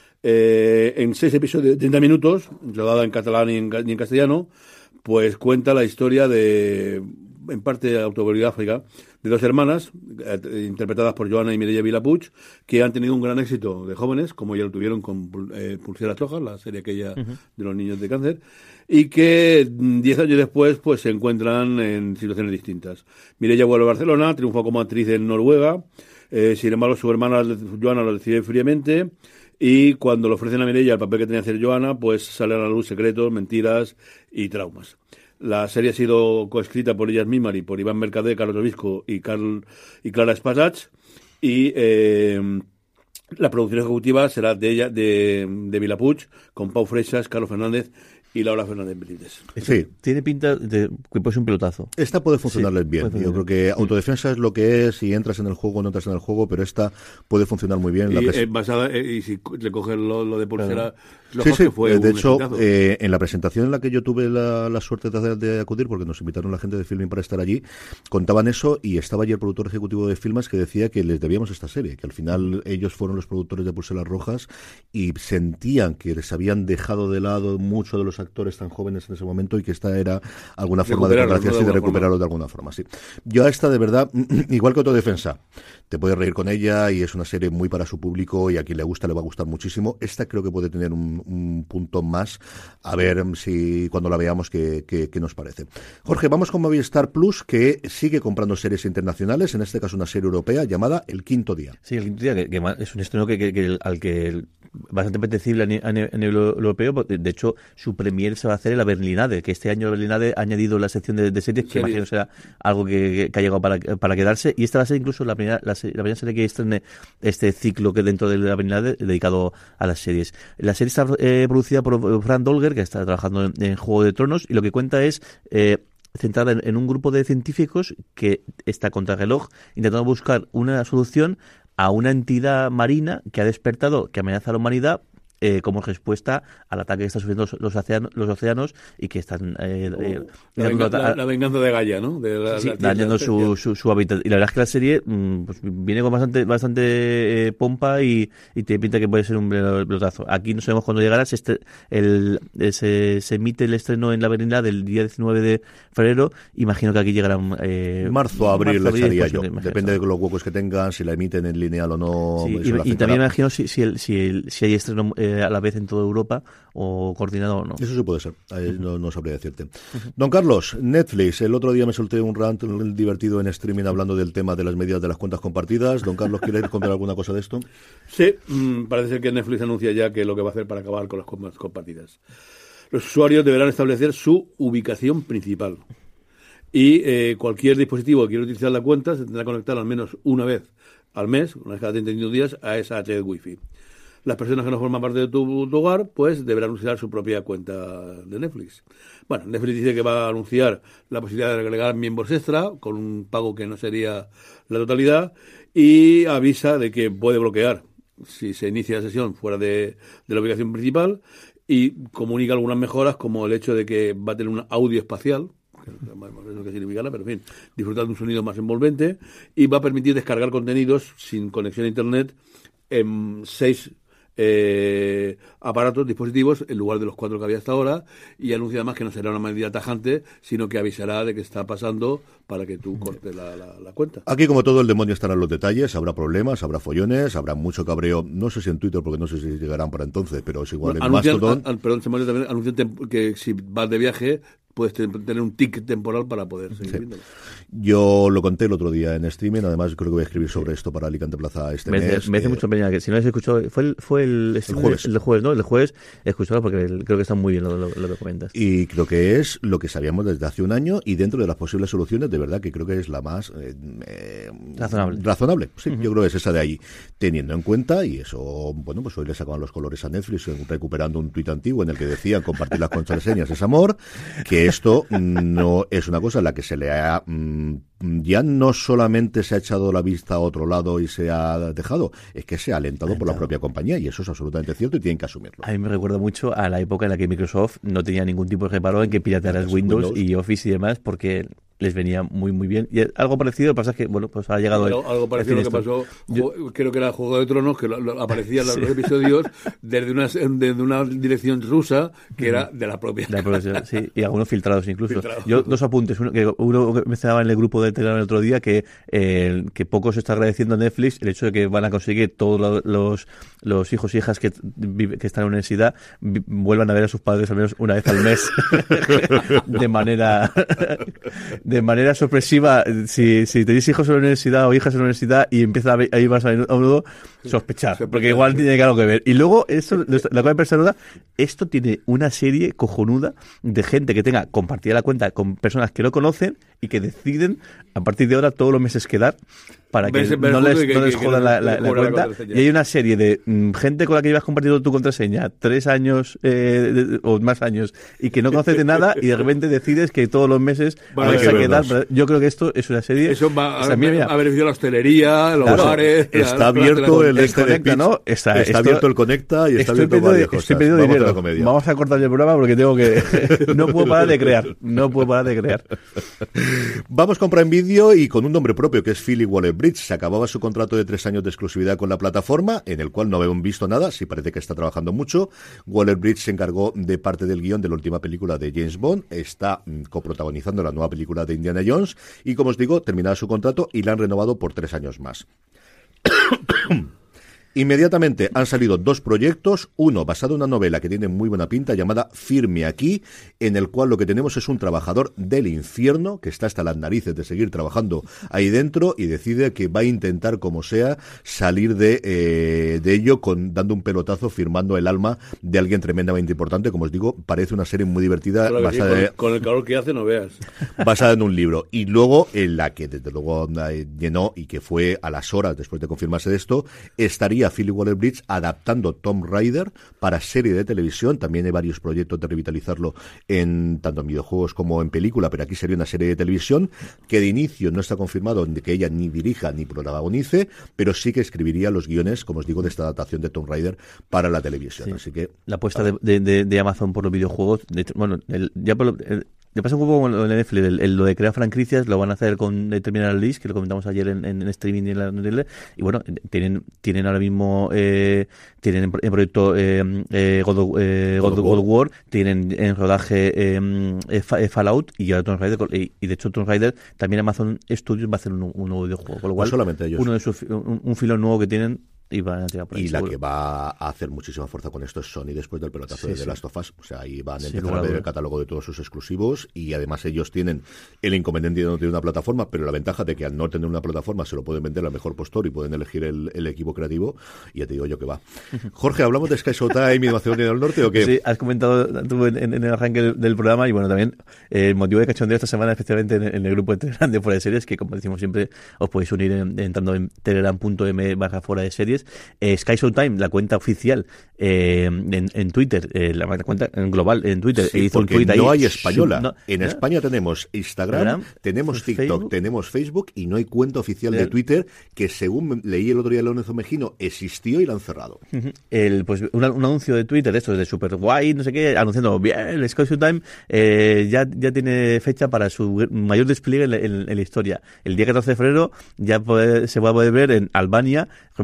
Eh, en seis episodios de treinta minutos, rodada en catalán y en, y en castellano, pues cuenta la historia de, en parte autobiográfica, de dos hermanas, eh, interpretadas por Joana y Mireia Vilapuig, que han tenido un gran éxito de jóvenes, como ya lo tuvieron con eh, Pulseras Rojas, la serie aquella uh-huh. de los niños de cáncer, y que diez años después pues se encuentran en situaciones distintas. Mireia vuelve a Barcelona, triunfa como actriz en Noruega, eh, sin embargo su hermana Joana lo recibe fríamente, y cuando le ofrecen a Mireia el papel que tenía que hacer Joana, pues salen a la luz secretos, mentiras y traumas. La serie ha sido coescrita por ellas mismas y por Iván Mercader, Carlos Obisco y, Carl, y Clara Espasach, y eh, la producción ejecutiva será de ella, de, de Vilapuig, con Pau Freixas, Carlos Fernández y Laura Fernández Benítez. Sí. Tiene pinta de que puede ser un pelotazo. Esta puede funcionarles sí, bien. Puede funcionar. Yo creo que autodefensa es lo que es, si entras en el juego o no entras en el juego, pero esta puede funcionar muy bien. Y, la pres- eh, basada, eh, y si le coges lo, lo de Pulsera, claro. Sí, sí, fue de hecho, eh, en la presentación en la que yo tuve la, la suerte de, de acudir, porque nos invitaron la gente de Filmin para estar allí, contaban eso y estaba allí el productor ejecutivo de Filmas que decía que les debíamos esta serie, que al final ellos fueron los productores de Pulseras Rojas y sentían que les habían dejado de lado muchos de los actores tan jóvenes en ese momento y que esta era alguna forma de complacerse y de recuperarlo de alguna forma, sí. Yo a esta de verdad, igual que Autodefensa, te puedes reír con ella y es una serie muy para su público y a quien le gusta le va a gustar muchísimo. Esta creo que puede tener un, un punto más, a ver si cuando la veamos qué, qué, qué nos parece. Jorge, vamos con Movistar Plus, que sigue comprando series internacionales, en este caso una serie europea llamada El Quinto Día. Sí, El Quinto Día, que, que es un estreno que, que, que al que bastante apetecible a, ni, a nivel europeo. De hecho, su premier se va a hacer en la Berlinade, que este año la Berlinade ha añadido la sección de, de series, que ¿Series? imagino será algo que, que ha llegado para, para quedarse, y esta va a ser incluso la primera, la, la primera serie que estrene este ciclo que dentro de la Berlinade dedicado a las series. La serie está eh, producida por Frank Dolger, que está trabajando en, en Juego de Tronos, y lo que cuenta es eh, centrada en, en un grupo de científicos que está contra reloj intentando buscar una solución a una entidad marina que ha despertado, que amenaza a la humanidad eh, como respuesta al ataque que están sufriendo los, los, océanos, los océanos y que están... Eh, oh, eh, la, venga, la, la venganza de Gaia, ¿no? De la, sí, la dañando su, su, su hábitat. Y la verdad es que la serie mmm, pues, viene con bastante bastante eh, pompa y, y te pinta que puede ser un pelotazo. Aquí no sabemos cuándo llegará. Se, este, el, se, se emite el estreno en la Berlina del día diecinueve de febrero. Imagino que aquí llegará... Eh, marzo, abril, marzo, le echaría yo. Depende eso. de los huecos que tengan, si la emiten en lineal o no. Sí, y, y también me imagino si, si, el, si, el, si hay estreno eh, a la vez en toda Europa o coordinado o no. Eso sí puede ser, ahí no, no sabría decirte. Uh-huh. Don Carlos, Netflix, el otro día me solté un rant divertido en streaming hablando del tema de las medidas de las cuentas compartidas. Don Carlos, ¿quiere contar alguna cosa de esto? Sí, mmm, parece ser que Netflix anuncia ya que lo que va a hacer para acabar con las cuentas compartidas. Los usuarios deberán establecer su ubicación principal y eh, cualquier dispositivo que quiera utilizar la cuenta se tendrá que conectar al menos una vez al mes, una vez cada treinta y cinco días, a esa red Wi-Fi. Las personas que no forman parte de tu, tu hogar, pues deberán usar su propia cuenta de Netflix. Bueno, Netflix dice que va a anunciar la posibilidad de agregar miembros extra, con un pago que no sería la totalidad, y avisa de que puede bloquear si se inicia la sesión fuera de, de la ubicación principal, y comunica algunas mejoras, como el hecho de que va a tener un audio espacial, que no sé lo que significará, pero en fin, disfrutar de un sonido más envolvente, y va a permitir descargar contenidos sin conexión a internet en seis eh, aparatos, dispositivos, en lugar de los cuatro que había hasta ahora, y anuncia además que no será una medida tajante, sino que avisará de que está pasando para que tú cortes la, la, la cuenta. Aquí, como todo, el demonio estará en los detalles, habrá problemas, habrá follones, habrá mucho cabreo, no sé si en Twitter, porque no sé si llegarán para entonces, pero es igual Bueno, en anuncian, Mastodon. a, a, perdón, se me olvidó también, anuncian tem- que si vas de viaje puedes tener un tic temporal para poder seguir Sí. viéndolo. Yo lo conté el otro día en streaming, además creo que voy a escribir sobre esto para Alicante Plaza este me, mes. me hace eh, mucho pena que si no has escuchado, fue el, fue el, El jueves. el de jueves, ¿no? El de jueves, escuchadlo porque el- creo que está muy bien lo, lo, lo que comentas. Y creo que es lo que sabíamos desde hace un año y dentro de las posibles soluciones, de verdad que creo que es la más eh, eh, Razonable. Razonable, sí, uh-huh. Yo creo que es esa de ahí. Teniendo en cuenta, y eso, bueno, pues hoy le sacaban los colores a Netflix recuperando un tuit antiguo en el que decía compartir las contraseñas es amor, que esto no es una cosa en la que se le ha... Mmm, ya no solamente se ha echado la vista a otro lado y se ha dejado, es que se ha alentado, alentado por la propia compañía y eso es absolutamente cierto y tienen que asumirlo. A mí me recuerda mucho a la época en la que Microsoft no tenía ningún tipo de reparo en que piratearas Windows, Windows y Office y demás porque les venía muy muy bien. Y algo parecido, lo que pasa es que, bueno, pues ha llegado... Pero, el, algo parecido a lo que pasó, Yo, creo que era Juego de Tronos, que lo, lo, aparecían sí. los episodios desde una, desde una dirección rusa que era de la propia. De la propia sí, y algunos filtrados incluso. Filtrado. Yo, dos apuntes. Uno que uno mencionaba en el grupo de Telegram el otro día que, eh, que poco se está agradeciendo a Netflix el hecho de que van a conseguir todos los, los hijos y hijas que, que están en la universidad vuelvan a ver a sus padres al menos una vez al mes de manera... de manera sorpresiva, si, si tenéis hijos en la universidad o hijas en la universidad y empieza a, ver, ahí vas a menudo, sospechar, porque igual tiene algo que ver. Y luego, esto, la cosa personal, esto tiene una serie cojonuda de gente que tenga compartida la cuenta con personas que no conocen y que deciden a partir de ahora todos los meses quedar para que ves, no, les, que, no les jodan la, la, la cuenta. Y hay una serie de mm, gente con la que llevas compartido tu contraseña tres años eh, de, o más años y que no conoces de nada y de repente decides que todos los meses vale, vas a quedar. Yo creo que esto es una serie... Eso va a, también, a beneficiar a la hostelería, los claro, bares... Está la, abierto la, el, el este Conecta, de ¿no? Está, está esto, abierto el Conecta y está abierto varias cosas. Estoy pidiendo dinero. A Vamos a cortar el programa porque tengo que... no puedo parar de crear. No puedo parar de crear. Vamos con Prime Video y con un nombre propio que es Philip Waller-Bridge. Se acababa su contrato de tres años de exclusividad con la plataforma, en el cual no habíamos visto nada, sí parece que está trabajando mucho. Waller-Bridge se encargó de parte del guión de la última película de James Bond, está mm, coprotagonizando la nueva película de Indiana Jones y, como os digo, terminaba su contrato y la han renovado por tres años más. Inmediatamente han salido dos proyectos, uno basado en una novela que tiene muy buena pinta llamada Firme aquí, en el cual lo que tenemos es un trabajador del infierno que está hasta las narices de seguir trabajando ahí dentro y decide que va a intentar como sea salir de, eh, de ello con dando un pelotazo firmando el alma de alguien tremendamente importante. Como os digo, parece una serie muy divertida claro basada, sí, con, con el calor que hace no veas basada en un libro y luego en la que desde luego eh, llenó y que fue a las horas después de confirmarse de esto estaría Philip Waller-Bridge adaptando Tomb Raider para serie de televisión. También hay varios proyectos de revitalizarlo en tanto en videojuegos como en película, pero aquí sería una serie de televisión que de inicio no está confirmado de que ella ni dirija ni protagonice, pero sí que escribiría los guiones, como os digo, de esta adaptación de Tomb Raider para la televisión. Sí. Así que la apuesta de, de, de, de Amazon por los videojuegos, de, bueno, el, ya por lo, el, le pasa un poco con el Netflix, el, el, lo de crear franquicias lo van a hacer con Terminal List, que lo comentamos ayer en, en, en streaming y en la tele, y bueno, tienen tienen ahora mismo eh, tienen en, en proyecto eh, eh, God, of, eh, God, God of War, tienen en rodaje eh, eh, Fallout y ahora Tomb Raider, y, y de hecho Tomb Raider también Amazon Studios va a hacer un, un nuevo videojuego, con lo cual no solamente ellos. uno de sus, un, un filón nuevo que tienen y, van a tirar por ahí, y la seguro. que va a hacer muchísima fuerza con esto es Sony después del pelotazo sí, de The sí. Last of Us. O sea, ahí van a empezar sí, a ver el catálogo de todos sus exclusivos y además ellos tienen el inconveniente de no tener una plataforma, pero la ventaja de que al no tener una plataforma se lo pueden vender al mejor postor y pueden elegir el, el equipo creativo y ya te digo yo que va. Jorge, ¿hablamos de Sky Showtime y de Macedonia del Norte o qué? Sí, has comentado tú en, en el arranque del, del programa y bueno, también eh, el motivo de cachondeo esta semana, especialmente en, en el grupo de Telegram de Fuera de Series, que como decimos siempre os podéis unir en, entrando en telegram.m barra Fuera de Series. Eh, Sky Showtime, la cuenta oficial eh, en, en Twitter, eh, la cuenta en global en Twitter, sí, hizo porque un tweet no ahí, hay española. No, en ¿no? España tenemos Instagram, Instagram tenemos TikTok, Facebook. tenemos Facebook y no hay cuenta oficial de Twitter que según leí el otro día Lorenzo Mejino existió y la han cerrado. Uh-huh. El, pues un, un anuncio de Twitter de esto de super guay, no sé qué, anunciando bien el Sky Showtime eh, ya, ya tiene fecha para su mayor despliegue en, en, en la historia. El día catorce de febrero ya puede, se va a poder ver en Albania, República de,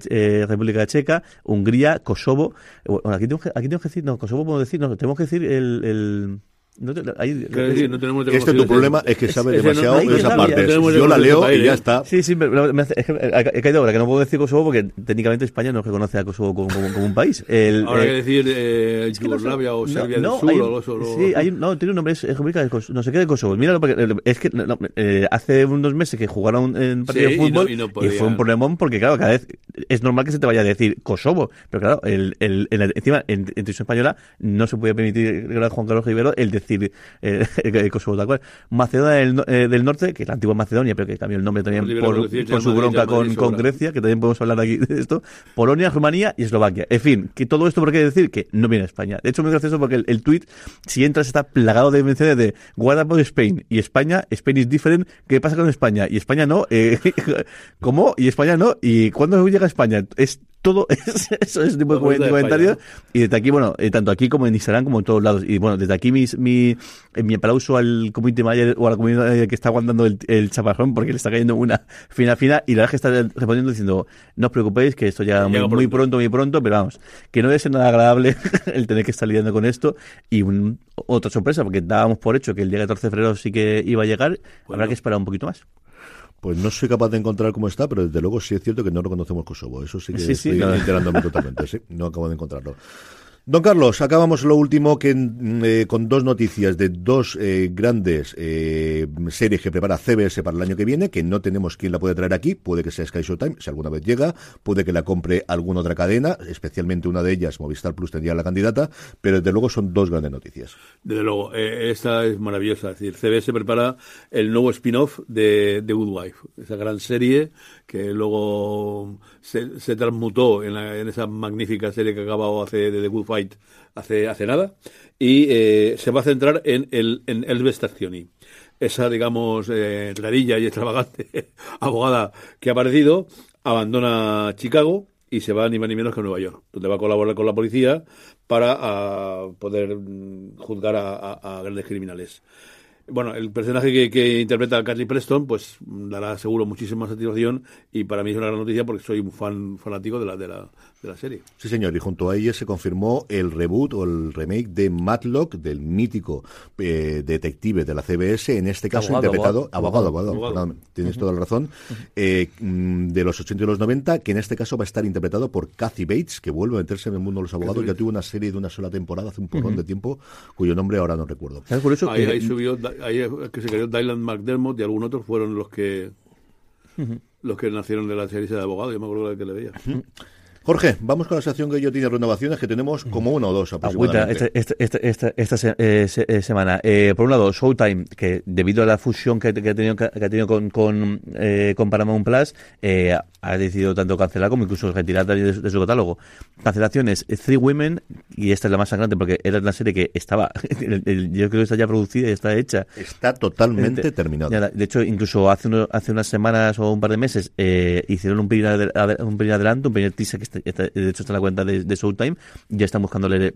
eh, República Checa, Hungría, Kosovo. Bueno, aquí tengo que, aquí tengo que decir, no, Kosovo puedo decir, no, tenemos que decir el... el No te, ahí, Claro, sí, no tenemos, este tu problema es que sabes demasiado no, de esa parte. no Yo la leo y ya está. Sí, sí, pero me hace, es que he caído ahora que no puedo decir Kosovo porque técnicamente España no reconoce a Kosovo como, como, como un país. El, Ahora eh, hay que decir eh, es que no sé, Yugoslavia o Serbia no, del Sur hay, o algo eso. Sí, hay, no, tiene un nombre, es República de Kosovo, no sé qué de Kosovo. Míralo, porque es que no, eh, hace unos meses que jugaron en partido Sí, de fútbol y, no, y, no y podía... fue un problemón porque, claro, cada vez es normal que se te vaya a decir Kosovo, pero claro, el, el, el, encima en, en televisión española no se puede permitir, Juan Carlos Rivero, el decir eh, el Kosovo tal cual. Macedonia del, eh, del Norte, que es la antigua Macedonia, pero que cambió el nombre también Libera, por, decir, por su Madrid, bronca Madrid, con, con Grecia, que también podemos hablar aquí de esto. Polonia, Rumanía y Eslovaquia. En fin, que todo esto por qué decir que no viene a España. De hecho, es muy gracioso porque el, el tweet, si entras, está plagado de menciones de What about Spain? Y España, Spain is different. ¿Qué pasa con España? Y España no. Eh, ¿Cómo? Y España no. ¿Y cuándo llega a España? Es todo eso es ese tipo de de comentarios. España, ¿no? Y desde aquí, bueno, eh, tanto aquí como en Instagram, como en todos lados. Y bueno, desde aquí mis, mi, eh, mi aplauso al community manager o a la comunidad manager que está aguantando el, el chaparrón porque le está cayendo una fina fina. Y la verdad es que está respondiendo diciendo, no os preocupéis, que esto ya muy, muy pronto, muy pronto, pero vamos, que no debe ser nada agradable el tener que estar lidiando con esto. Y un, otra sorpresa, porque dábamos por hecho que el día catorce de febrero sí que iba a llegar. Bueno, habrá que esperar un poquito más. Pues no soy capaz de encontrar cómo está, pero desde luego sí es cierto que no reconocemos Kosovo. Eso sí que sí, estoy sí, no. enterándome totalmente. Sí, no acabo de encontrarlo. Don Carlos, acabamos lo último que eh, con dos noticias de dos eh, grandes eh, series que prepara C B S para el año que viene, que no tenemos quién la puede traer aquí. Puede que sea Sky Showtime, si alguna vez llega, puede que la compre alguna otra cadena, especialmente una de ellas, Movistar Plus, tendría la candidata, pero desde luego son dos grandes noticias. Desde luego, eh, esta es maravillosa. Es decir, C B S prepara el nuevo spin-off de The Good Wife, esa gran serie que luego se, se transmutó en, la, en esa magnífica serie que acabado hace de The Good Fight hace hace nada, y eh, se va a centrar en el en Elizabeth Staccioni, esa, digamos, eh, rarilla y extravagante abogada que ha aparecido, abandona Chicago y se va ni más ni menos que a Nueva York, donde va a colaborar con la policía para a, poder mm, juzgar a, a, a grandes criminales. Bueno, el personaje que, que interpreta a Carly Preston, pues dará seguro muchísima satisfacción, y para mí es una gran noticia porque soy un fan fanático de la de la de la serie. Sí, señor, y junto a ella se confirmó el reboot o el remake de Matlock, del mítico eh, detective de la C B S, en este caso abogado, interpretado, abogado, abogado, abogado, abogado. perdón, tienes uh-huh. toda la razón, eh, de los ochenta y los noventa, que en este caso va a estar interpretado por Kathy Bates, que vuelve a meterse en el mundo de los abogados. Ya tuvo una serie de una sola temporada hace un porrón uh-huh. de tiempo, cuyo nombre ahora no recuerdo. Por eso, ahí, eh, ahí subió, ahí que se cayó Dylan McDermott y algunos otros fueron los que uh-huh. los que nacieron de la serie de abogados. Yo me acuerdo de que le veía. Uh-huh. Jorge, vamos con la sección que yo tiene renovaciones, que tenemos como una o dos aproximadamente. Esta, esta, esta, esta, esta eh, se, eh, semana. Eh, por un lado, Showtime, que debido a la fusión que, que ha tenido, que ha tenido con, con, eh, con Paramount Plus, eh, ha decidido tanto cancelar como incluso retirar de, de su catálogo. Cancelaciones, Three Women, y esta es la más sangrante porque era una serie que estaba, el, el, yo creo que está ya producida y está hecha. Está totalmente de, terminada. De hecho, incluso hace, uno, hace unas semanas o un par de meses eh, hicieron un primer, un primer adelanto, un primer teaser que está, está, de hecho está en la cuenta de, de Showtime, ya están buscándole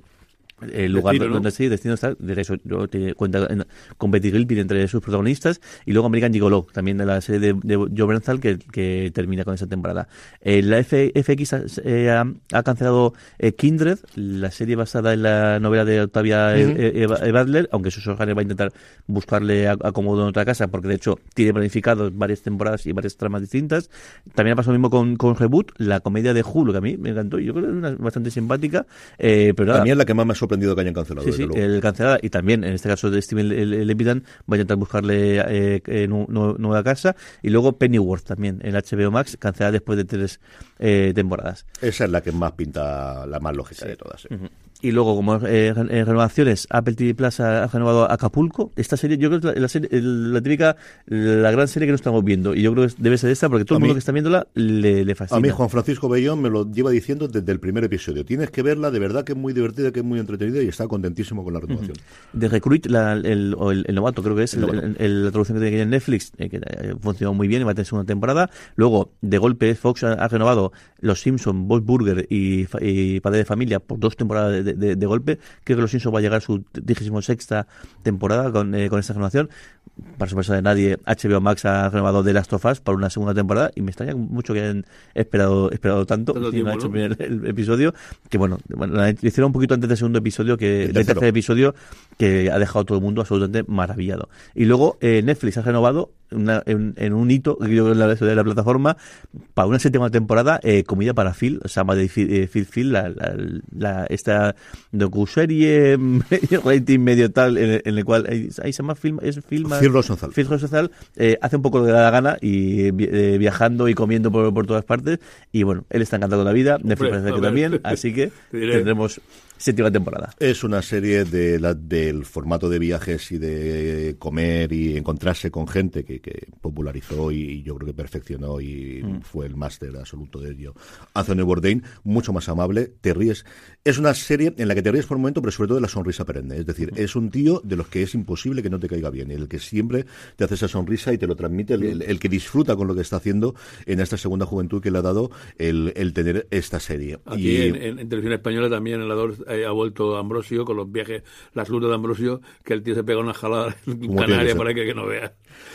el lugar destino, donde ¿no? sí, destino está, de eso te cuenta con Betty Gilpin entre sus protagonistas, y luego American Gigolo, también de la serie de, de Joe Bernthal, que, que termina con esa temporada. Eh, la F, FX ha, eh, ha, ha cancelado eh, Kindred, la serie basada en la novela de Octavia uh-huh. e, e, e Butler, aunque sus órganos va a intentar buscarle acomodo en otra casa, porque de hecho tiene planificado varias temporadas y varias tramas distintas. También ha pasado lo mismo con, con Reboot, la comedia de Hulu, que a mí me encantó, yo creo que es una, bastante simpática, eh, pero nada. A mí es la que más me ha sorprendido que hayan cancelado. Sí, sí, luego. el cancelada, y también en este caso de Steven Levitan va a intentar buscarle eh, eh, nu, nu, nueva casa, y luego Pennyworth también en H B O Max, cancelada después de tres eh, temporadas. Esa es la que más pinta, la más lógica sí. de todas. ¿eh? Uh-huh. Y luego, como eh, renovaciones, Apple T V Plus ha, ha renovado Acapulco. Esta serie, yo creo que es la, la, serie, la típica, la gran serie que no estamos viendo. Y yo creo que debe ser esta, porque todo a el mundo mí, que está viéndola le, le fascina. A mí Juan Francisco Bellón me lo lleva diciendo desde el primer episodio. Tienes que verla, de verdad que es muy divertida, que es muy entretenida, y está contentísimo con la renovación. Uh-huh. De Recruit, la, el, o el, el novato, creo que es, el, el, el, la traducción que tiene en Netflix, eh, que ha funcionado muy bien y va a tener segunda temporada. Luego, de golpe, Fox ha, ha renovado Los Simpsons, Bob's Burger y, y Padre de Familia por dos temporadas de, de, de golpe. Creo que Los Simpsons va a llegar a su vigésimo sexta temporada con, eh, con esta renovación. para sorpresa de nadie, H B O Max ha renovado The Last of Us para una segunda temporada y me extraña mucho que hayan esperado esperado tanto y no ha hecho el, el episodio, que bueno, bueno, lo hicieron un poquito antes del segundo episodio, que el tercer episodio, que ha dejado a todo el mundo absolutamente maravillado. Y luego eh, Netflix ha renovado una, en, en un hito en la, de la plataforma para una séptima temporada, eh, Comida para Phil, se llama de Phil, Phil, Phil la, la, la, esta docuserie rating medio tal en, en el cual ahí se llama film, es film Phil Rosenthal, Phil Rosenthal eh, hace un poco lo que le da la gana y eh, viajando y comiendo por, por todas partes, y bueno, él está encantado con la vida, Netflix parece que también, así que tendremos séptima temporada. Es una serie de la, del formato de viajes y de comer y encontrarse con gente que, que popularizó y yo creo que perfeccionó y mm. fue el máster absoluto de ello. Anthony Bourdain, mucho más amable, te ríes. Es una serie en la que te ríes por un momento, pero sobre todo de la sonrisa perenne. Es decir, mm. es un tío de los que es imposible que no te caiga bien, el que siempre te hace esa sonrisa y te lo transmite, el, el, el que disfruta con lo que está haciendo en esta segunda juventud que le ha dado el, el tener esta serie. Aquí y, en, en, en televisión española también el ador eh, ha vuelto Ambrosio con los viajes, las lutas de Ambrosio, que el tío se pega una jalada en Canarias para que, que no vea.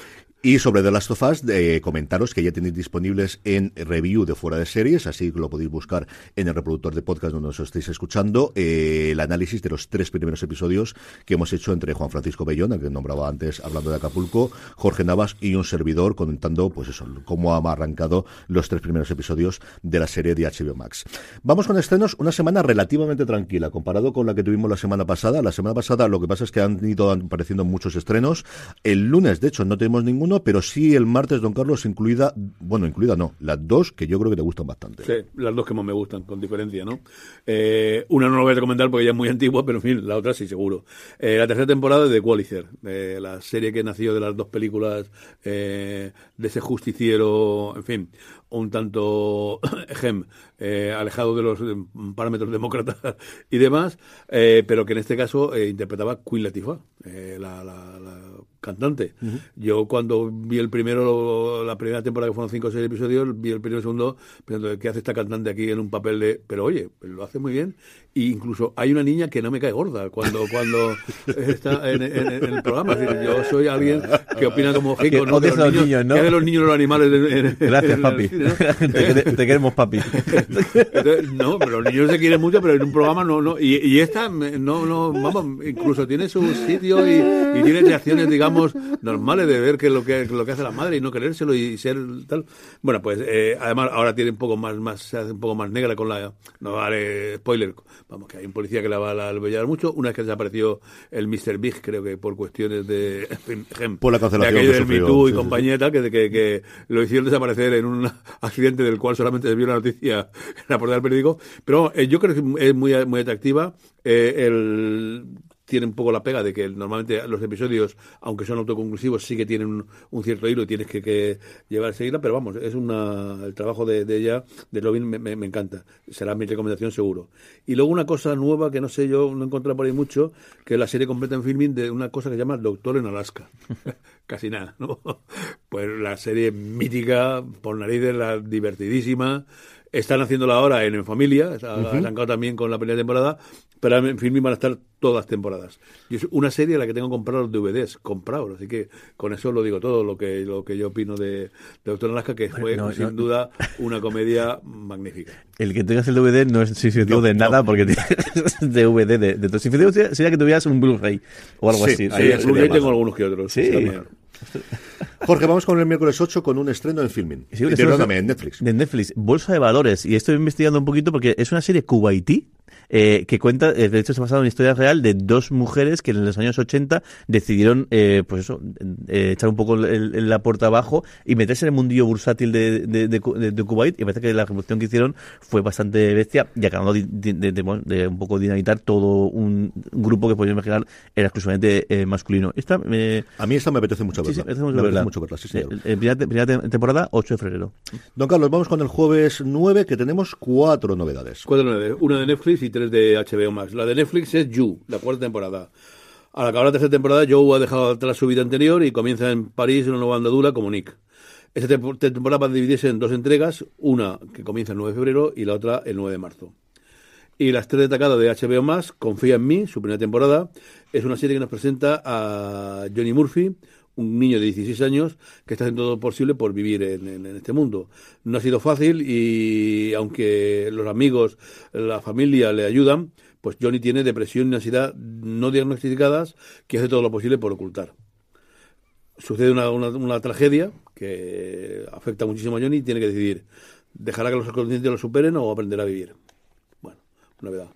Y sobre The Last of Us, eh, comentaros que ya tenéis disponibles en review de Fuera de Series, así que lo podéis buscar en el reproductor de podcast donde os estéis escuchando, eh, el análisis de los tres primeros episodios que hemos hecho entre Juan Francisco Bellón, al que nombraba antes hablando de Acapulco, Jorge Navas y un servidor comentando, pues eso, cómo ha arrancado los tres primeros episodios de la serie de H B O Max. Vamos con estrenos, una semana relativamente tranquila comparado con la que tuvimos la semana pasada. La semana pasada lo que pasa es que han ido apareciendo muchos estrenos. El lunes, de hecho, no tenemos ninguno, pero sí el martes, don Carlos, incluida, bueno, incluida no, las dos que yo creo que te gustan bastante. Sí, las dos que más me gustan, con diferencia, ¿no? Eh, una no la voy a recomendar porque ya es muy antigua, pero en fin, la otra sí, seguro. Eh, la tercera temporada de The Qualifier, eh, la serie que nació de las dos películas, eh, de ese justiciero, en fin, un tanto gem, eh, alejado de los eh, parámetros demócratas y demás, eh, pero que en este caso eh, interpretaba Queen Latifah, eh, la, la, la cantante. Uh-huh. Yo cuando vi el primero, la primera temporada, que fueron cinco o seis episodios, vi el primero y el segundo, pensando, ¿qué hace esta cantante aquí en un papel de...? Pero oye, lo hace muy bien. Y incluso hay una niña que no me cae gorda cuando cuando está en, en, en el programa. Es decir, yo soy alguien que opina como Jico, ¿no? Que los niños, niños, ¿no? Que de los niños los animales. En, en, Gracias, en, papi. En, ¿no? te, te queremos, papi. Entonces, no, pero los niños se quieren mucho, pero en un programa no. no y, y esta, no, no, vamos, incluso tiene su sitio y, y tiene reacciones, digamos, normales de ver que lo que lo que hace la madre y no querérselo y ser tal. Bueno, pues eh, además ahora tiene un poco más, más, se hace un poco más negra con la. No vale spoiler. Vamos, que hay un policía que la va a albollar mucho. Una vez que desapareció el mister Big, creo que por cuestiones de... Ejemplo, por la cancelación de aquello del sufrió, Me Too y sí, compañía sí. y tal, que, que, que lo hicieron desaparecer en un accidente del cual solamente se vio la noticia en la portada del periódico. Pero eh, yo creo que es muy, muy atractiva. Eh, el... tiene un poco la pega de que normalmente los episodios, aunque son autoconclusivos, sí que tienen un, un cierto hilo y tienes que, que llevar a seguirla, pero vamos, es una el trabajo de, de ella, de Lovin, me, me, me encanta. Será mi recomendación seguro. Y luego una cosa nueva que no sé, yo no he encontrado por ahí mucho, que es la serie completa en filming de una cosa que se llama Doctor en Alaska. Casi nada, ¿no? Pues la serie mítica, por narices, la divertidísima. Están haciéndola ahora en En Familia, uh-huh. ha arrancado también con la primera temporada, pero en Filmin van a estar todas las temporadas. Y es una serie a la que tengo comprados los D V Ds, comprados, así que con eso lo digo todo, lo que lo que yo opino de, de Doctor Alaska, que fue no, sin no, duda una comedia magnífica. El que tengas el D V D no es significativo no, de nada, no. Porque tienes D V D de, de todo. Significativo sería que tuvieras un Blu-ray o algo sí, así. Sí, en Blu-ray tengo algunos que otros. Sí. También. Jorge, vamos con el miércoles ocho con un estreno en Filmin. Sí, Perdóname, en Netflix. De Netflix, Bolsa de Valores. Y estoy investigando un poquito porque es una serie kuwaití. Eh, que cuenta, eh, de hecho se ha basado en una historia real de dos mujeres que en los años ochenta decidieron, eh, pues eso, eh, echar un poco el, el, la puerta abajo y meterse en el mundillo bursátil de, de, de, de, de Kuwait, y parece que la revolución que hicieron fue bastante bestia y acabando de, de, de, de, de un poco dinamitar todo un grupo que podéis imaginar era exclusivamente eh, masculino. Esta, eh, A mí esta me apetece mucho verla. Sí, sí, me apetece mucho me verla. apetece mucho verla, sí, señor. Eh, eh, primera, primera temporada, ocho de febrero. Don Carlos, vamos con el jueves nueve, que tenemos cuatro novedades. Cuatro novedades, una de Netflix y tres de H B O Max. La de Netflix es You, la cuarta temporada. Al acabar la tercera temporada, Joe ha dejado atrás su vida anterior y comienza en París una nueva andadura como Nick. Esta temporada va a dividirse en dos entregas, una que comienza el nueve de febrero y la otra el nueve de marzo. Y las tres destacadas de H B O Max, Confía en mí, su primera temporada, es una serie que nos presenta a Johnny Murphy, un niño de dieciséis años que está haciendo todo lo posible por vivir en, en, en este mundo. No ha sido fácil y aunque los amigos, la familia le ayudan, pues Johnny tiene depresión y ansiedad no diagnosticadas que hace todo lo posible por ocultar. Sucede una, una, una tragedia que afecta muchísimo a Johnny y tiene que decidir, ¿dejará que los acontecimientos lo superen o aprender a vivir? Bueno, novedad.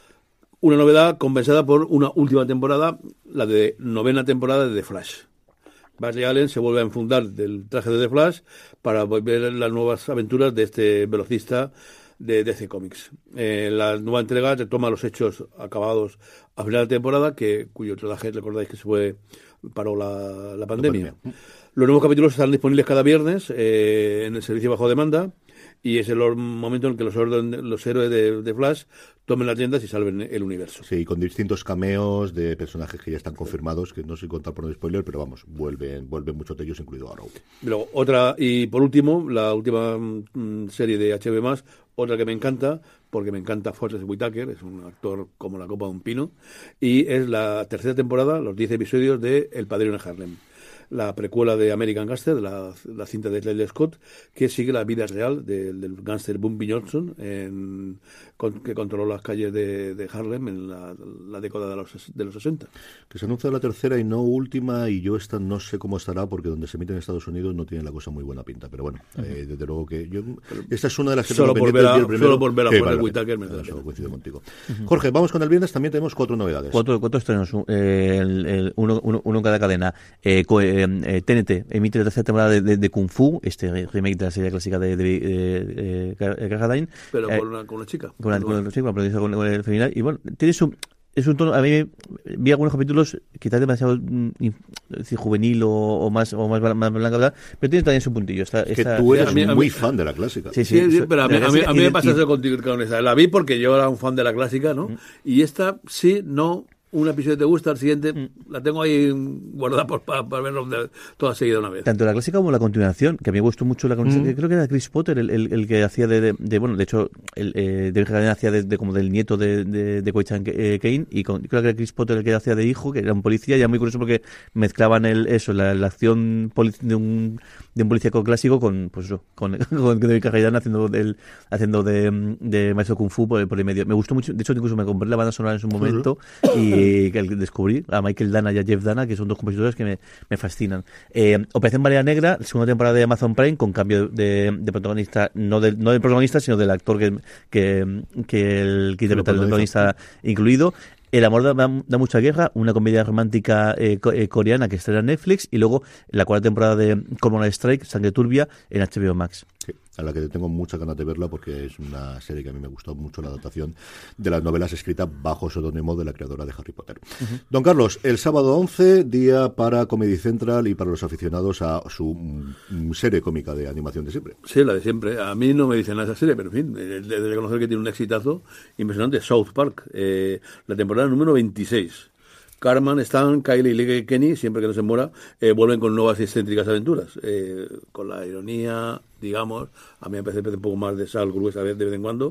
Una novedad compensada por una última temporada, la de novena temporada de The Flash. Barry Allen se vuelve a enfundar del traje de The Flash para ver las nuevas aventuras de este velocista de D C Comics. Eh, la nueva entrega retoma los hechos acabados a final de temporada, que cuyo rodaje, recordáis que se fue paró la, la pandemia. La pandemia. Los nuevos capítulos están disponibles cada viernes eh, en el servicio bajo demanda, y es el momento en que los, orden, los héroes de, de Flash tomen las riendas y salven el universo. Sí, con distintos cameos de personajes que ya están confirmados, que no sé contar por no spoiler, pero vamos, vuelven vuelven muchos de ellos, incluido Arrow. Luego, otra, y por último, la última mm, serie de H B O más, otra que me encanta, porque me encanta Forrest Whitaker, es un actor como la copa de un pino, y es la tercera temporada, los diez episodios de El Padrino de Harlem, la precuela de American Gangster, la, la cinta de Ridley Scott, que sigue la vida real de, del gángster Bumpy Johnson, en, con, que controló las calles de, de Harlem en la, la década de los, de los sesenta. Que se anuncia la tercera y no última, y yo esta no sé cómo estará, porque donde se emite en Estados Unidos no tiene la cosa muy buena pinta, pero bueno, uh-huh. eh, desde luego que yo... Esta es una de las que solo tengo por ver a, primero, solo por ver a eh, Forrest vale, Whitaker me vale, da eso, coincido uh-huh. contigo. Uh-huh. Jorge, vamos con el viernes, también tenemos cuatro novedades. Cuatro, cuatro estrenos, eh, el, el, uno, uno, uno en cada cadena. Eh, co, eh, eh, T N T emite la tercera temporada de, de, de Kung Fu, este remake de la serie clásica de, de, de, de, de Carradine. Pero eh, con, una, con una chica. Con una, con una chica, con una con, con el femenina. Y bueno, tiene su... Es un tono, a mí vi algunos capítulos quizás demasiado mm, decir, juvenil o, o más o más, más blanca, ¿verdad? Pero tiene también su puntillo. Esta, que esta, tú eres a mí, a mí, muy fan de la clásica. Sí, sí, sí, sí pero a mí, a mí, a mí me pasa eso contigo con esa. La vi porque yo era un fan de la clásica, ¿no? Mm. Y esta sí, no... Un episodio te gusta, el siguiente mm. la tengo ahí guardada por, para, para verlo de, toda seguida una vez. Tanto la clásica como la continuación, que a mí me gustó mucho la continuación, mm. creo que era Chris Potter el, el, el que hacía de, de, de, bueno, de hecho, el eh, David Carradine hacía de, de, como del nieto de, de, de Coy-Chan eh, Kane, y con, creo que era Chris Potter el que hacía de hijo, que era un policía, y era muy curioso porque mezclaban el eso, la, la acción polic- de un de un policíaco clásico con, pues eso, con, con David Carradine haciendo del, haciendo de, de maestro Kung Fu por, por el medio. Me gustó mucho, de hecho incluso me compré la banda sonora en su momento, uh-huh. y que descubrí a Michael Dana y a Jeff Dana, que son dos compositores que me, me fascinan. Eh, Operación Barea Negra, segunda temporada de Amazon Prime, con cambio de, de protagonista, no del, no del protagonista, sino del actor que, que, que el que interpreta el protagonista incluido. El amor da, da mucha guerra, una comedia romántica eh, co- eh, coreana que estrena en Netflix, y luego la cuarta temporada de Common Strike, Sangre Turbia, en H B O Max. Sí, a la que tengo muchas ganas de verla porque es una serie que a mí me gustó mucho, la adaptación de las novelas escritas bajo seudónimo de la creadora de Harry Potter. Uh-huh. Don Carlos, el sábado once, día para Comedy Central y para los aficionados a su mm, serie cómica de animación de siempre. Sí, la de siempre. A mí no me dicen nada esa serie, pero en fin, de, de reconocer que tiene un exitazo impresionante. South Park, eh, la temporada número veintiséis. Cartman, Stan, Kylie y Kenny, siempre que no se muera, eh, vuelven con nuevas y excéntricas aventuras. Eh, con la ironía, digamos, a mí me parece un poco más de sal gruesa de vez en cuando.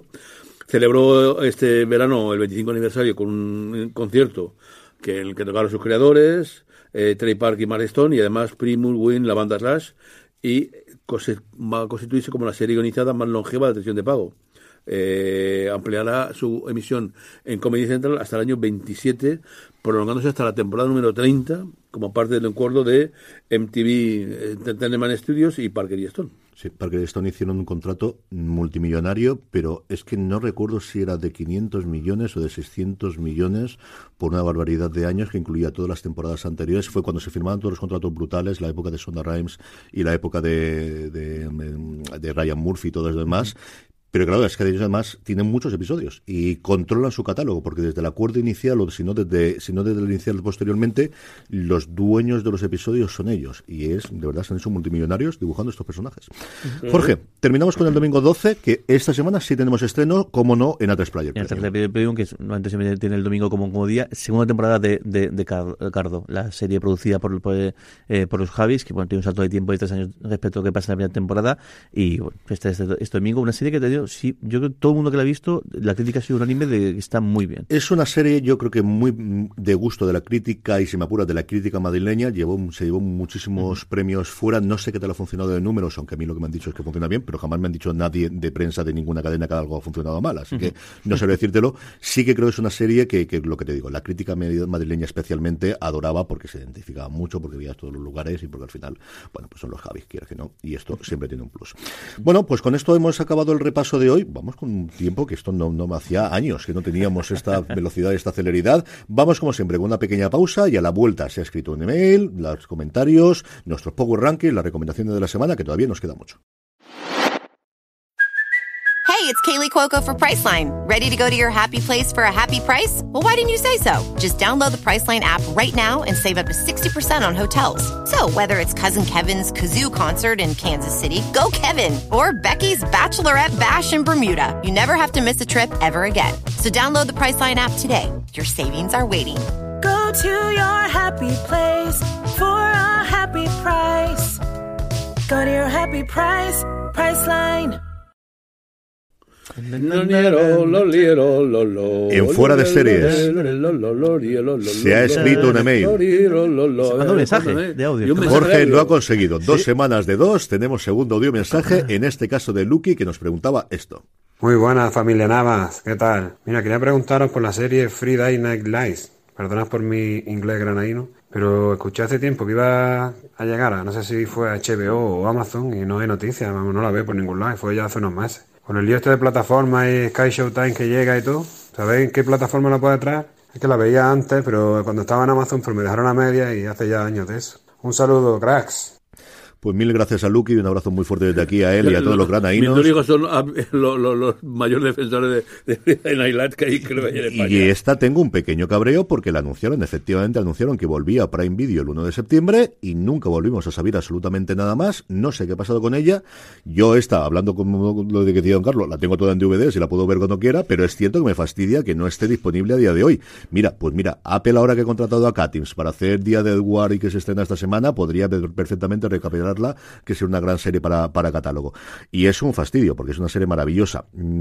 Celebró este verano el veinticinco aniversario con un concierto que en el que tocaron sus creadores, eh, Trey Park y Mark Stone, y además Primus, Win, la banda Slash, y cose- va a constituirse como la serie guionizada más longeva de atención de pago. Eh, ampliará su emisión en Comedy Central hasta el año veintisiete, prolongándose hasta la temporada número treinta, como parte del acuerdo de M T V Entertainment Studios y Parker y Stone. Sí, Parker y Stone hicieron un contrato multimillonario, pero es que no recuerdo si era de quinientos millones o de seiscientos millones por una barbaridad de años que incluía todas las temporadas anteriores. Fue cuando se firmaban todos los contratos brutales, la época de Shonda Rhimes y la época de, de, de Ryan Murphy y todo lo demás. Mm. Pero claro, es que ellos además tienen muchos episodios y controlan su catálogo, porque desde el acuerdo inicial o si no desde, si no desde el inicial posteriormente, los dueños de los episodios son ellos. Y es, de verdad, se han hecho multimillonarios dibujando estos personajes. Uh-huh. Jorge, terminamos con el domingo doce, que esta semana sí tenemos estreno, como no, en A tres Player Premium. En A tres Player Premium, que antes se tiene el domingo como, como día, segunda temporada de, de, de Cardo, la serie producida por, por, eh, por los Javis, que bueno, tiene un salto de tiempo de tres años respecto a lo que pasa en la primera temporada. Y bueno, este, este, este domingo, una serie que te dio pero sí, yo creo que todo el mundo que la ha visto, la crítica ha sido unánime de que está muy bien. Es una serie, yo creo que muy de gusto de la crítica, y si me apuras, de la crítica madrileña. Llevó, se llevó muchísimos uh-huh. premios fuera. No sé qué tal ha funcionado de números, aunque a mí lo que me han dicho es que funciona bien, pero jamás me han dicho nadie de prensa de ninguna cadena que algo ha funcionado mal. Así uh-huh. que no sé decírtelo. Sí que creo que es una serie que, que, lo que te digo, la crítica madrileña especialmente adoraba, porque se identificaba mucho, porque veías todos los lugares y porque al final, bueno, pues son los Javis, quieres que no, y esto siempre tiene un plus. Bueno, pues con esto hemos acabado el repaso de hoy. Vamos con un tiempo que esto no, no me hacía años que no teníamos esta velocidad y esta celeridad. Vamos como siempre con una pequeña pausa y a la vuelta se ha escrito un email, los comentarios, nuestros Power Rankings, las recomendaciones de la semana, que todavía nos queda mucho. Hey, it's Kaylee Cuoco for Priceline. Ready to go to your happy place for a happy price? Well, why didn't you say so? Just download the Priceline app right now and save up to sixty percent on hotels. So whether it's Cousin Kevin's Kazoo Concert in Kansas City, go Kevin, or Becky's Bachelorette Bash in Bermuda, you never have to miss a trip ever again. So download the Priceline app today. Your savings are waiting. Go to your happy place for a happy price. Go to your happy price, Priceline. En Fuera de Series se ha escrito un email. Se manda un mensaje de audio. Jorge lo ha conseguido. Dos semanas de dos. Tenemos segundo audio mensaje, en este caso de Lucky, que nos preguntaba esto. Muy buenas, familia Navas. ¿Qué tal? Mira, quería preguntaros por la serie Friday Night Lights. Perdonad por mi inglés granadino, pero escuché hace tiempo que iba a llegar a, no sé si fue a H B O o Amazon, y no hay noticias, vamos, no la veo por ningún lado, y fue ya hace unos meses. Con el lío este de plataformas y Sky Showtime que llega y todo, ¿sabéis qué plataforma la puede traer? Es que la veía antes, pero cuando estaba en Amazon pues me dejaron a media y hace ya años de eso. Un saludo, cracks. Pues mil gracias a Lucky y un abrazo muy fuerte desde aquí a él y a todos los granadinos. Mis dos hijos son los, los, los mayores defensores de, de, de Night Lights que hay, creo que hay en España. Y esta tengo un pequeño cabreo porque la anunciaron, efectivamente anunciaron que volvía a Prime Video el uno de septiembre y nunca volvimos a saber absolutamente nada más. No sé qué ha pasado con ella. Yo esta, hablando con lo de que decía don Carlos, la tengo toda en D V D y la puedo ver cuando quiera, pero es cierto que me fastidia que no esté disponible a día de hoy. Mira, pues mira, Apple ahora que ha contratado a Catims para hacer Día del War y que se estrena esta semana, podría perfectamente recapitularla, que es una gran serie para, para catálogo. Y es un fastidio, porque es una serie maravillosa.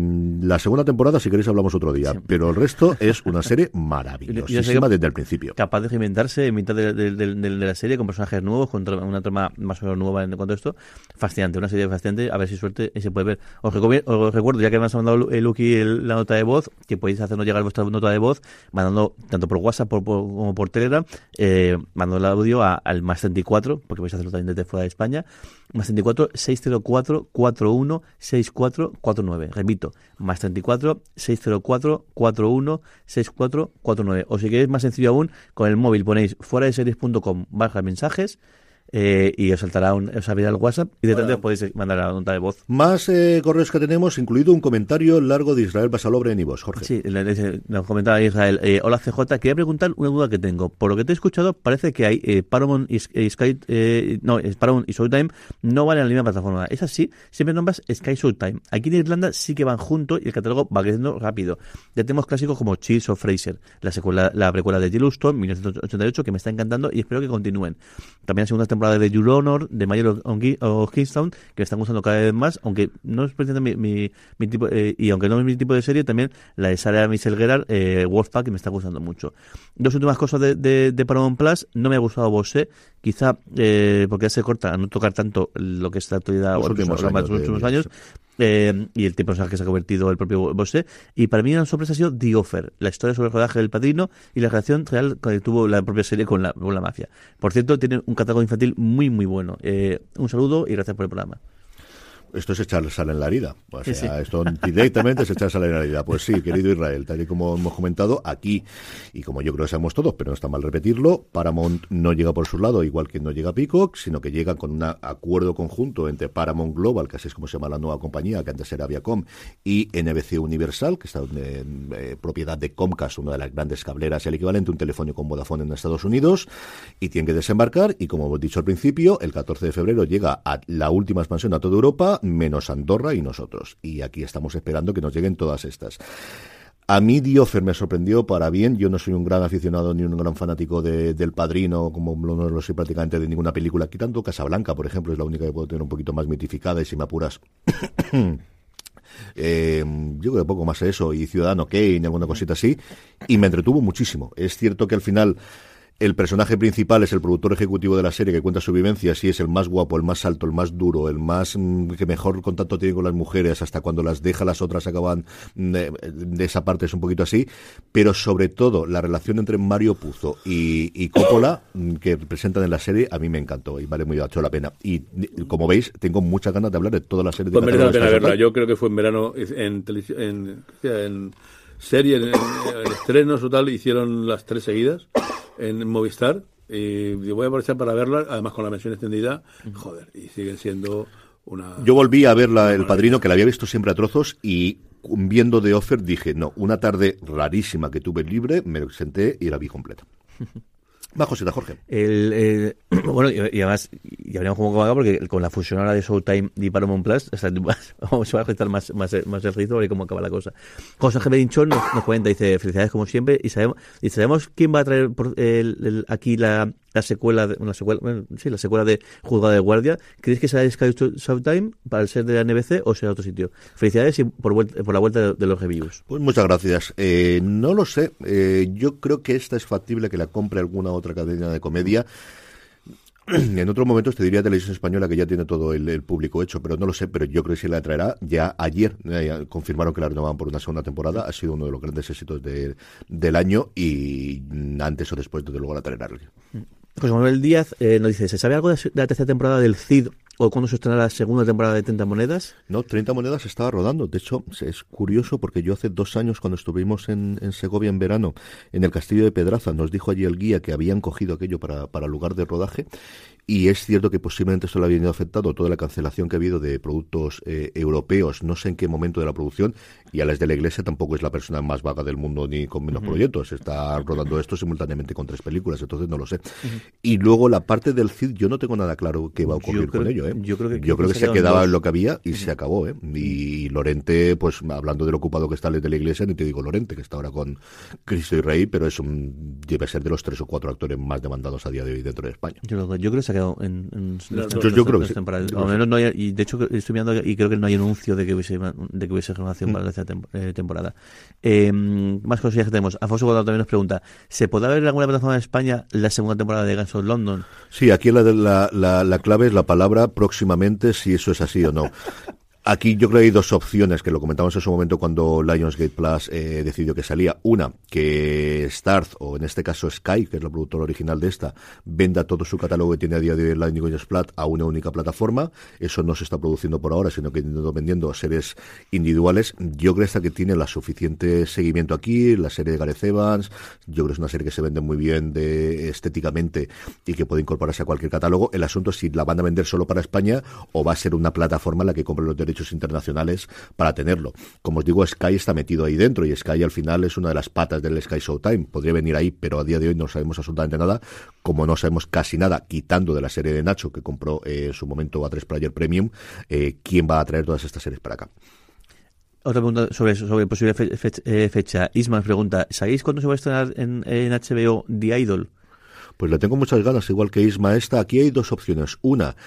La segunda temporada, si queréis, hablamos otro día, sí. Pero el resto es una serie maravillosísima desde el principio. Capaz de reinventarse en mitad de, de, de, de la serie, con personajes nuevos, con una trama más o menos nueva en cuanto a esto. Fascinante, una serie fascinante, a ver si suerte se puede ver. Os, os recuerdo, ya que me has mandado el Lucky el, la nota de voz, que podéis hacernos llegar vuestra nota de voz, mandando tanto por WhatsApp por, por, como por Telegram, eh, mandando el audio a, al más treinta y cuatro, porque podéis hacerlo también desde fuera de España, más treinta y cuatro, seiscientos cuatro, cuarenta y uno, sesenta y cuatro cuarenta y nueve. Repito, más treinta y cuatro, seiscientos cuatro, cuarenta y uno, sesenta y cuatro cuarenta y nueve. O si queréis más sencillo aún, con el móvil ponéis fuera de series punto com barra mensajes, Eh, y os saltará un, os abrirá el WhatsApp y de tanto podéis mandar la nota de voz. Más eh, correos que tenemos, incluido un comentario largo de Israel Basalobre en iVoox, Jorge. Sí, nos comentaba Israel. Eh, Hola C J, quería preguntar una duda que tengo. Por lo que te he escuchado, parece que hay eh, Paramount y eh, Sky, eh, no, Paramount y Showtime no van en la misma plataforma. Es así, siempre nombras Sky Showtime. Aquí en Irlanda sí que van juntos y el catálogo va creciendo rápido. Ya tenemos clásicos como Cheers o Fraser, la secuela, la precuela de Yellowstone, mil novecientos ochenta y ocho, que me está encantando y espero que continúen. También la segunda temporada de Your Honor, de Mayor of Kingstown, que me están gustando cada vez más, aunque no es precisamente mi, mi, mi tipo, eh, y aunque no es mi tipo de serie, también la de Sarah Michelle Gellar, eh, Wolfpack, que me está gustando mucho. Dos últimas cosas de, de, de Paramount Plus, no me ha gustado Bosse, quizá eh, porque ya se corta a no tocar tanto lo que es la actualidad los últimos, años, los últimos de, años eh, y el tipo de que se ha convertido el propio Bosse. Y para mí una sorpresa ha sido The Offer, la historia sobre el rodaje del Padrino y la relación real que tuvo la propia serie con la, con la mafia. Por cierto, tiene un catálogo infantil muy muy bueno. Eh, un saludo y gracias por el programa. Esto es echar sal en la herida. O sea, sí, sí. Esto directamente es echar sal en la herida. Pues sí, querido Israel, tal y como hemos comentado aquí, y como yo creo que sabemos todos, pero no está mal repetirlo, Paramount no llega por su lado, igual que no llega Peacock, sino que llega con un acuerdo conjunto entre Paramount Global, que así es como se llama la nueva compañía, que antes era Viacom, y N B C Universal, que está en eh, propiedad de Comcast, una de las grandes cableras, el equivalente a un telefónico con Vodafone en Estados Unidos, y tienen que desembarcar, y como hemos dicho al principio, el catorce de febrero llega a la última expansión a toda Europa, menos Andorra y nosotros. Y aquí estamos esperando que nos lleguen todas estas. A mí The Offer me sorprendió para bien. Yo no soy un gran aficionado ni un gran fanático de, del Padrino, como no lo soy prácticamente de ninguna película. Quitando Casablanca, por ejemplo, es la única que puedo tener un poquito más mitificada, y si me apuras... eh, yo creo que poco más eso, y Ciudadano Kane, alguna cosita así, y me entretuvo muchísimo. Es cierto que al final el personaje principal es el productor ejecutivo de la serie que cuenta su vivencia, sí es el más guapo, el más alto, el más duro, el más mm, que mejor contacto tiene con las mujeres, hasta cuando las deja las otras acaban de, de esa parte, es un poquito así, pero sobre todo la relación entre Mario Puzo y, y Coppola mm, que representan en la serie, a mí me encantó y vale muy mucho la pena. Y como veis, tengo muchas ganas de hablar de toda la serie. Pues merece la pena verla, yo creo que fue en verano en televisión, en, en serie, en, en, en estrenos o tal, hicieron las tres seguidas en Movistar, y voy a aprovechar para verla, además con la versión extendida, joder, y siguen siendo una... Yo volví a verla, El Padrino, que la había visto siempre a trozos, y viendo The Offer dije, no, una tarde rarísima que tuve libre, me senté y la vi completa. Va, José, Jorge. El, eh, bueno, y, y además, ya veremos cómo va, porque con la fusión ahora de Showtime y Paramount Plus, o sea, vamos a afectar más, más, más el ritmo y cómo acaba la cosa. José Ángel Berinchón nos, nos cuenta, dice, felicidades como siempre, y sabemos, y sabemos quién va a traer por el, el, aquí la, la secuela, de, una secuela, bueno, sí, la secuela de Juzgado de Guardia. ¿Crees que será Sky Showtime para el ser de la N B C o será otro sitio? Felicidades y por, vuelta, por la vuelta de, de los reviews. Pues muchas gracias. Eh, no lo sé. Eh, yo creo que esta es factible que la compre alguna otra cadena de comedia. En otros momentos te diría Televisión Española, que ya tiene todo el, el público hecho, pero no lo sé, pero yo creo que sí la traerá. Ya ayer eh, confirmaron que la renovaban por una segunda temporada, ha sido uno de los grandes éxitos de, del año, y antes o después desde luego la traerá. José Manuel Díaz eh, nos dice, ¿se sabe algo de la tercera temporada del C I D o cuándo se estrenará la segunda temporada de treinta monedas? No, treinta monedas estaba rodando. De hecho, es curioso porque yo hace dos años, cuando estuvimos en, en Segovia en verano, en el Castillo de Pedraza, nos dijo allí el guía que habían cogido aquello para, para lugar de rodaje. Y es cierto que posiblemente esto le había afectado toda la cancelación que ha habido de productos eh, europeos, no sé en qué momento de la producción, y Alex de la Iglesia tampoco es la persona más vaga del mundo ni con menos uh-huh. proyectos, está rodando esto simultáneamente con tres películas, entonces no lo sé. Uh-huh. Y luego la parte del C I D, yo no tengo nada claro qué va a ocurrir creo, con ello. ¿eh? Yo creo que, yo creo que se quedaba en lo que había y uh-huh. se acabó. ¿eh? Y Lorente, pues hablando de lo ocupado que está Alex de la Iglesia, ni te digo Lorente, que está ahora con Cristo y Rey, pero es un, debe ser de los tres o cuatro actores más demandados a día de hoy dentro de España. Yo, yo creo que se ha quedado en, en Yo, yo creo que sí. Al menos no hay, y de hecho estoy mirando y creo que no hay anuncio de que hubiese de que hubiese renovación mm. para la tercera tem- eh, temporada. Eh, más cosillas que tenemos. Afonso Godard también nos pregunta, ¿se podrá ver en alguna plataforma de España la segunda temporada de Gangs of London? Sí, aquí la, la, la, la clave es la palabra próximamente, si eso es así o no. Aquí yo creo que hay dos opciones, que lo comentamos en su momento cuando Lionsgate Plus eh, decidió que salía. Una, que Starz, o en este caso Sky, que es la productora original de esta, venda todo su catálogo que tiene a día de hoy Lionsgate Plus a una única plataforma. Eso no se está produciendo por ahora, sino que está vendiendo series individuales. Yo creo que esta que tiene la suficiente seguimiento aquí, la serie de Gareth Evans, yo creo que es una serie que se vende muy bien de estéticamente y que puede incorporarse a cualquier catálogo. El asunto es si la van a vender solo para España o va a ser una plataforma en la que compre los derechos internacionales para tenerlo. Como os digo, Sky está metido ahí dentro y Sky al final es una de las patas del Sky Showtime. Podría venir ahí, pero a día de hoy no sabemos absolutamente nada, como no sabemos casi nada, quitando de la serie de Nacho que compró eh, en su momento A tres Player Premium, eh, quién va a traer todas estas series para acá. Otra pregunta sobre sobre posible fe, fe, eh, fecha. Isma pregunta, ¿sabéis cuándo se va a estrenar en, en H B O The Idol? Pues le tengo muchas ganas, igual que Isma esta. Aquí hay dos opciones. Una,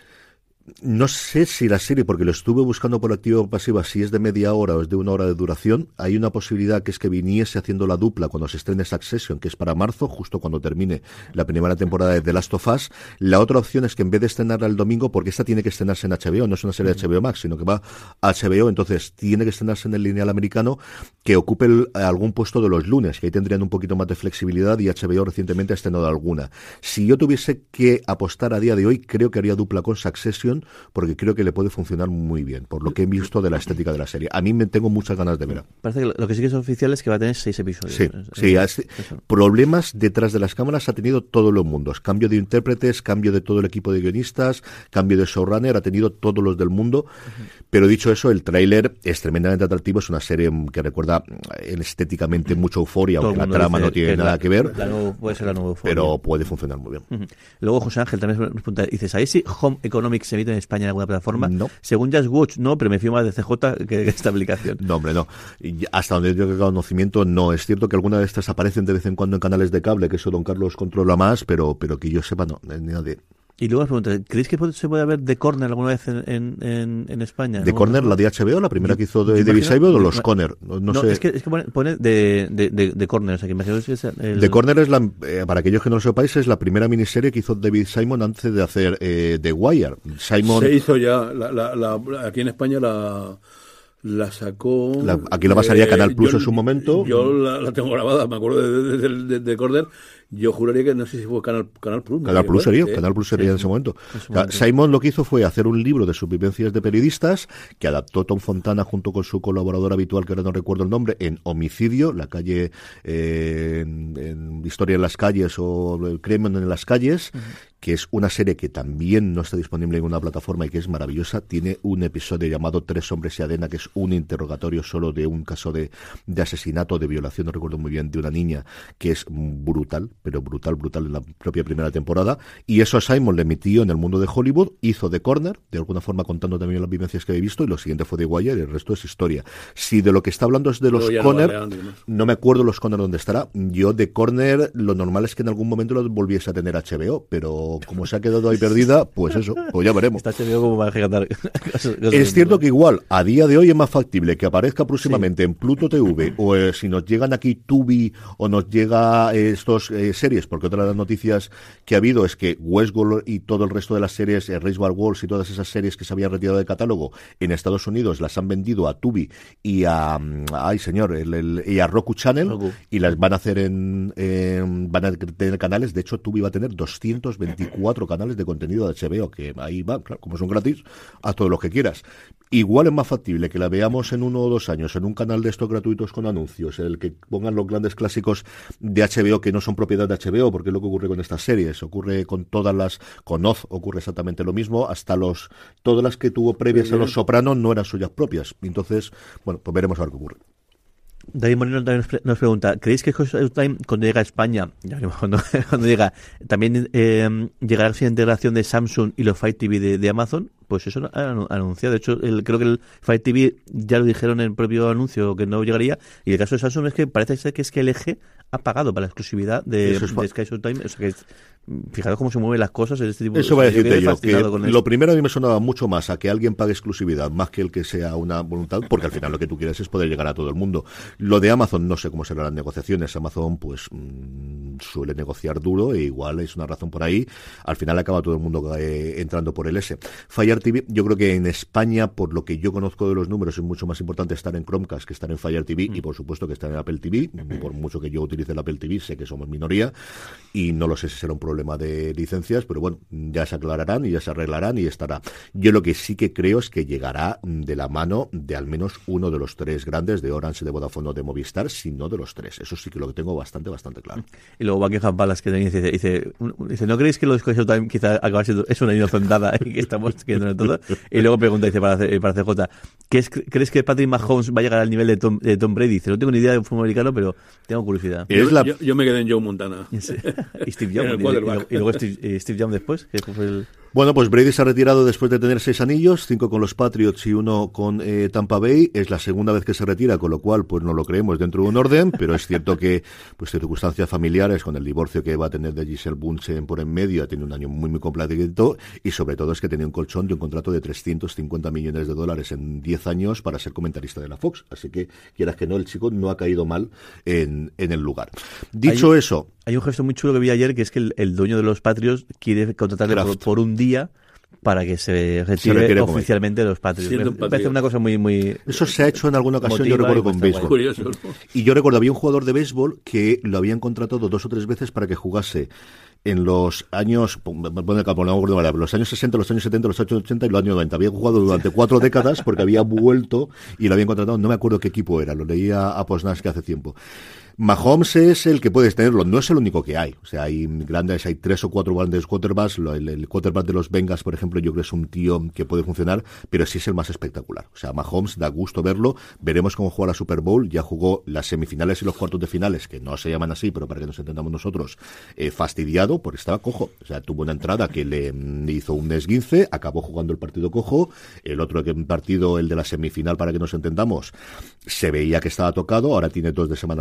no sé si la serie, porque lo estuve buscando por activa o pasiva, si es de media hora o es de una hora de duración. Hay una posibilidad que es que viniese haciendo la dupla cuando se estrene Succession, que es para marzo, justo cuando termine la primera temporada de The Last of Us. La otra opción es que en vez de estrenarla el domingo, porque esta tiene que estrenarse en H B O, no es una serie de H B O Max, sino que va a H B O, entonces tiene que estrenarse en el lineal americano, que ocupe el, algún puesto de los lunes, que ahí tendrían un poquito más de flexibilidad, y H B O recientemente ha estrenado alguna. Si yo tuviese que apostar a día de hoy, creo que haría dupla con Succession, porque creo que le puede funcionar muy bien, por lo que he visto de la estética de la serie. A mí me tengo muchas ganas de verla. Parece que lo que sí que es oficial es que va a tener seis episodios. Sí, sí. Es, problemas detrás de las cámaras ha tenido todos los mundos. Cambio de intérpretes, cambio de todo el equipo de guionistas, cambio de showrunner, ha tenido todos los del mundo. Uh-huh. Pero dicho eso, el tráiler es tremendamente atractivo. Es una serie que recuerda estéticamente mucho Euphoria, aunque la trama no tiene nada la, que ver. La nuevo, puede ser la nueva Euphoria. Pero puede funcionar muy bien. Uh-huh. Luego José Ángel también nos pregunta, dice, ¿sabéis si Home Economics se emite en España en alguna plataforma? No. Según Just Watch, no, pero me fío más de C J que de esta aplicación. No, hombre, no. Y hasta donde yo he conocimiento, no. Es cierto que algunas de estas aparecen de vez en cuando en canales de cable, que eso Don Carlos controla más, pero pero que yo sepa, no, ni nadie. Y luego os pregunto, ¿creéis que se puede ver The Corner alguna vez en, en, en España? ¿The Corner, la de H B O, la primera que hizo de David Simon o los no, Conner? No, no, no sé. Es que, es que pone, pone de, de, de, de Corner, o sea que imagino que es el... The Corner es la, eh, para aquellos que no lo sepáis, es la primera miniserie que hizo David Simon antes de hacer eh, The Wire. Simon... Se hizo ya, la, la, la, aquí en España la... La sacó... La, aquí la pasaría eh, Canal Plus yo, en su momento. Yo la, la tengo grabada, me acuerdo de, de, de, de, de Corder. Yo juraría que no sé si fue Canal, Canal Plus. Canal Plus sería, ¿eh? Canal Plus sería sí, en ese momento. En momento. Simon lo que hizo fue hacer un libro de subvivencias de periodistas que adaptó Tom Fontana junto con su colaborador habitual, que ahora no recuerdo el nombre, en Homicidio, la calle, eh, en, en Historia en las calles o El crimen en las calles, uh-huh. que es una serie que también no está disponible en una plataforma y que es maravillosa. Tiene un episodio llamado Tres hombres y Adena, que es un interrogatorio solo de un caso de, de asesinato, de violación, no recuerdo muy bien, de una niña, que es brutal, pero brutal, brutal en la propia primera temporada. Y eso a Simon le metió en el mundo de Hollywood, hizo The Corner, de alguna forma contando también las vivencias que había visto, y lo siguiente fue The Wire, y el resto es historia. Si de lo que está hablando es de los Conner, no, no me acuerdo los Conner dónde estará. Yo The Corner, lo normal es que en algún momento lo volviese a tener H B O, pero como se ha quedado ahí perdida, pues eso, pues ya veremos. Está H B O como para ejecutar. Es cierto que igual, a día de hoy es más factible que aparezca próximamente sí. en Pluto T V, o eh, si nos llegan aquí Tubi, o nos llega eh, estos eh, series, porque otra de las noticias que ha habido es que Westworld y todo el resto de las series, eh, Reservoir Wars y todas esas series que se habían retirado del catálogo en Estados Unidos, las han vendido a Tubi y a, ay señor, el, el, y a Roku Channel, Roku. Y las van a hacer en, eh, van a tener canales. De hecho, Tubi va a tener doscientos veinticuatro canales de contenido de H B O, que ahí va, claro, como son gratis, a todo lo que quieras. Igual es más factible que la veamos en uno o dos años en un canal de estos gratuitos con anuncios, en el que pongan los grandes clásicos de H B O que no son propiedad de H B O, porque es lo que ocurre con estas series, ocurre con todas las, con Oz ocurre exactamente lo mismo, hasta los, todas las que tuvo previas a Los Sopranos no eran suyas propias. Entonces, bueno, pues veremos a ver qué ocurre. David Moreno también nos pregunta, ¿creéis que Showtime cuando llega a España, cuando, cuando llega, también eh, llegará sin integración de Samsung y los Fire T V de, de Amazon? Pues eso han anunciado. De hecho, el, creo que el Fire T V ya lo dijeron en el propio anuncio que no llegaría. Y el caso de Samsung es que parece ser que es que el L G ha pagado para la exclusividad de, de Sky Showtime. O sea que es, fijaros cómo se mueven las cosas en este tipo de... Eso va a decirte yo, que lo esto. Primero a mí me sonaba mucho más a que alguien pague exclusividad, más que el que sea una voluntad, porque al final lo que tú quieres es poder llegar a todo el mundo. Lo de Amazon, no sé cómo serán las negociaciones. Amazon, pues, mmm, suele negociar duro e igual es una razón por ahí. Al final acaba todo el mundo eh, entrando por el S. Fire T V, yo creo que en España, por lo que yo conozco de los números, es mucho más importante estar en Chromecast que estar en Fire T V, mm. y por supuesto que estar en Apple T V. Por mucho que yo utilice el Apple T V, sé que somos minoría, y no lo sé si será un problema de licencias, pero bueno, ya se aclararán y ya se arreglarán y estará. Yo lo que sí que creo es que llegará de la mano de al menos uno de los tres grandes, de Orange, de Vodafone o de Movistar, si no de los tres. Eso sí que lo tengo bastante, bastante claro. Y luego Buckingham Palace, que también dice, dice, dice ¿no creéis que lo de Sky Showtime quizá acaba siendo es una inocentada y que estamos quedando todo? Y luego pregunta, dice, para, para C J, ¿qué es, ¿crees que Patrick Mahomes va a llegar al nivel de Tom, de Tom Brady? Dice, no tengo ni idea de un fútbol americano, pero tengo curiosidad. Yo, la... yo, yo me quedé en Joe Montana. Sí. Y Steve Young, y, y, y luego Steve, Steve Young después, que fue el... Bueno, pues Brady se ha retirado después de tener seis anillos, cinco con los Patriots y uno con eh, Tampa Bay. Es la segunda vez que se retira, con lo cual pues no lo creemos dentro de un orden, pero es cierto que pues circunstancias familiares, con el divorcio que va a tener de Giselle Bunchen por en medio, ha tenido un año muy muy complicado, y sobre todo es que tenía un colchón de un contrato de trescientos cincuenta millones de dólares en diez años para ser comentarista de la Fox. Así que, quieras que no, el chico no ha caído mal en, en el lugar. Dicho hay, eso... Hay un gesto muy chulo que vi ayer, que es que el, el dueño de los Patriots quiere contratarle por, por un día para que se retire se oficialmente de los Patriots. Me, me parece una cosa muy, muy... Eso se ha hecho en alguna ocasión, yo recuerdo, con béisbol. Curioso, ¿no? Y yo recuerdo, había un jugador de béisbol que lo habían contratado dos o tres veces para que jugase en los años, los años sesenta, los años setenta, los años ochenta y los años noventa. Había jugado durante cuatro décadas porque había vuelto y lo habían contratado, no me acuerdo qué equipo era, lo leía a Posnas que hace tiempo. Mahomes es el que puedes tenerlo, no es el único que hay. O sea, hay grandes, hay tres o cuatro grandes quarterbacks. El, el quarterback de los Bengals, por ejemplo, yo creo que es un tío que puede funcionar, pero sí es el más espectacular. O sea, Mahomes da gusto verlo. Veremos cómo juega la Super Bowl. Ya jugó las semifinales y los cuartos de finales, que no se llaman así, pero para que nos entendamos nosotros, eh, fastidiado porque estaba cojo. O sea, tuvo una entrada que le, le hizo un esguince, acabó jugando el partido cojo. El otro que partido, el de la semifinal, para que nos entendamos, se veía que estaba tocado. Ahora tiene dos de semana de descanso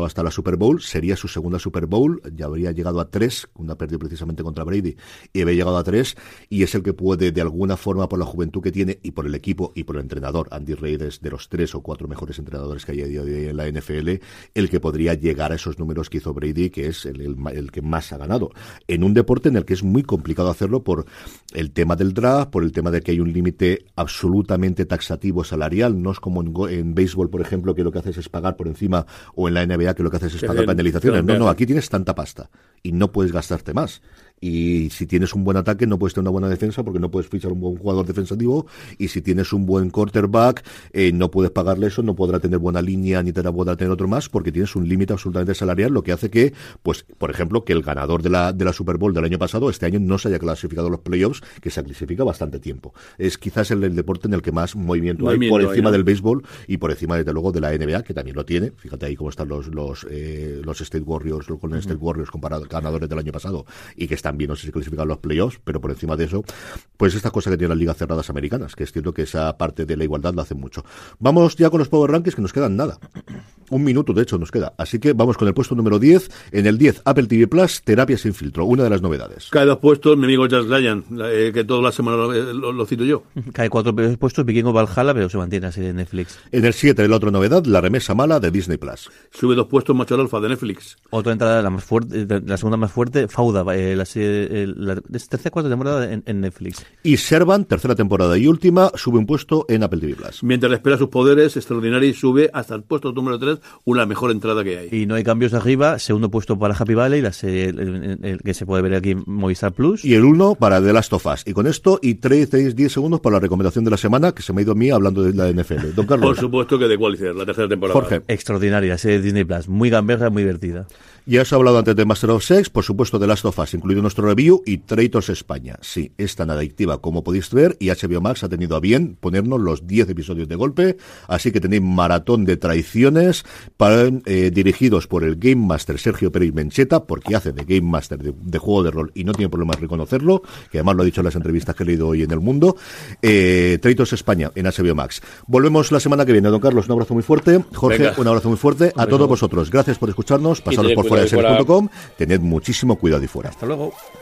pasó hasta la Super Bowl, sería su segunda Super Bowl, ya habría llegado a tres, una pérdida precisamente contra Brady, y había llegado a tres, y es el que puede, de alguna forma, por la juventud que tiene, y por el equipo, y por el entrenador, Andy Reid es de los tres o cuatro mejores entrenadores que hay a día de hoy en la N F L, el que podría llegar a esos números que hizo Brady, que es el, el, el que más ha ganado, en un deporte en el que es muy complicado hacerlo por el tema del draft, por el tema de que hay un límite absolutamente taxativo salarial, no es como en, en béisbol, por ejemplo, que lo que haces es pagar por encima, o en la N B A que lo que haces es pagar penalizaciones. No, no, aquí tienes tanta pasta y no puedes gastarte más. Y si tienes un buen ataque no puedes tener una buena defensa porque no puedes fichar un buen jugador defensivo, y si tienes un buen quarterback eh, no puedes pagarle eso, no podrá tener buena línea ni podrá tener otro más porque tienes un límite absolutamente salarial, lo que hace que, pues, por ejemplo, que el ganador de la de la Super Bowl del año pasado este año no se haya clasificado a los playoffs, que se clasifica bastante tiempo. Es quizás el, el deporte en el que más movimiento, movimiento hay por encima hay, ¿no? del béisbol y por encima desde luego de la N B A, que también lo tiene. Fíjate ahí cómo están los los eh, los State Warriors, los Golden State Warriors comparados ganadores del año pasado y que están bien, no sé si clasifican los playoffs, pero por encima de eso, pues estas cosas que tienen las ligas cerradas americanas, que es cierto que esa parte de la igualdad la hacen mucho. Vamos ya con los Power Rankings, que nos quedan nada. Un minuto, de hecho, nos queda. Así que vamos con el puesto número diez. En el diez, Apple T V Plus, Terapia sin filtro, una de las novedades. Cae dos puestos, mi amigo Jazz Ryan, eh, que toda la semana lo, lo, lo cito yo. Cae cuatro puestos, Viking of Valhalla, pero se mantiene así de Netflix. En el siete, la otra novedad, La remesa mala de Disney Plus. Sube dos puestos, Macho Alfa de Netflix. Otra entrada, la más fuerte, la segunda más fuerte, Fauda, eh, la, eh, la, la tercera cuarta temporada en, en Netflix. Y Servant, tercera temporada y última, sube un puesto en Apple T V Plus. Mientras le espera sus poderes, Extraordinary sube hasta el puesto número tres, una mejor entrada que hay. Y no hay cambios arriba, segundo puesto para Happy Valley, la serie, el, el, el, que se puede ver aquí en Movistar Plus. Y el uno para The Last of Us. Y con esto, y tres, diez segundos para la recomendación de la semana, que se me ha ido a mí hablando de la N F L. Don Carlos. Por supuesto que de Qualifier, la tercera temporada. Jorge. Extraordinaria, serie de Disney Plus, muy gamberra, muy divertida. Ya os he hablado antes de Master of Sex, por supuesto de Last of Us, incluido nuestro review, y Traitors España. Sí, es tan adictiva como podéis ver, y H B O Max ha tenido a bien ponernos los diez episodios de golpe, así que tenéis maratón de traiciones para, eh, dirigidos por el Game Master Sergio Pérez Mencheta, porque hace de Game Master de, de juego de rol y no tiene problema en reconocerlo, que además lo ha dicho en las entrevistas que he leído hoy en El Mundo. eh, Traitors España en H B O Max. Volvemos la semana que viene. Don Carlos, un abrazo muy fuerte. Jorge, Venga. un abrazo muy fuerte. A todos vosotros, gracias por escucharnos. Pasaros por fuera de series punto com. Tened muchísimo cuidado y fuera. Hasta luego.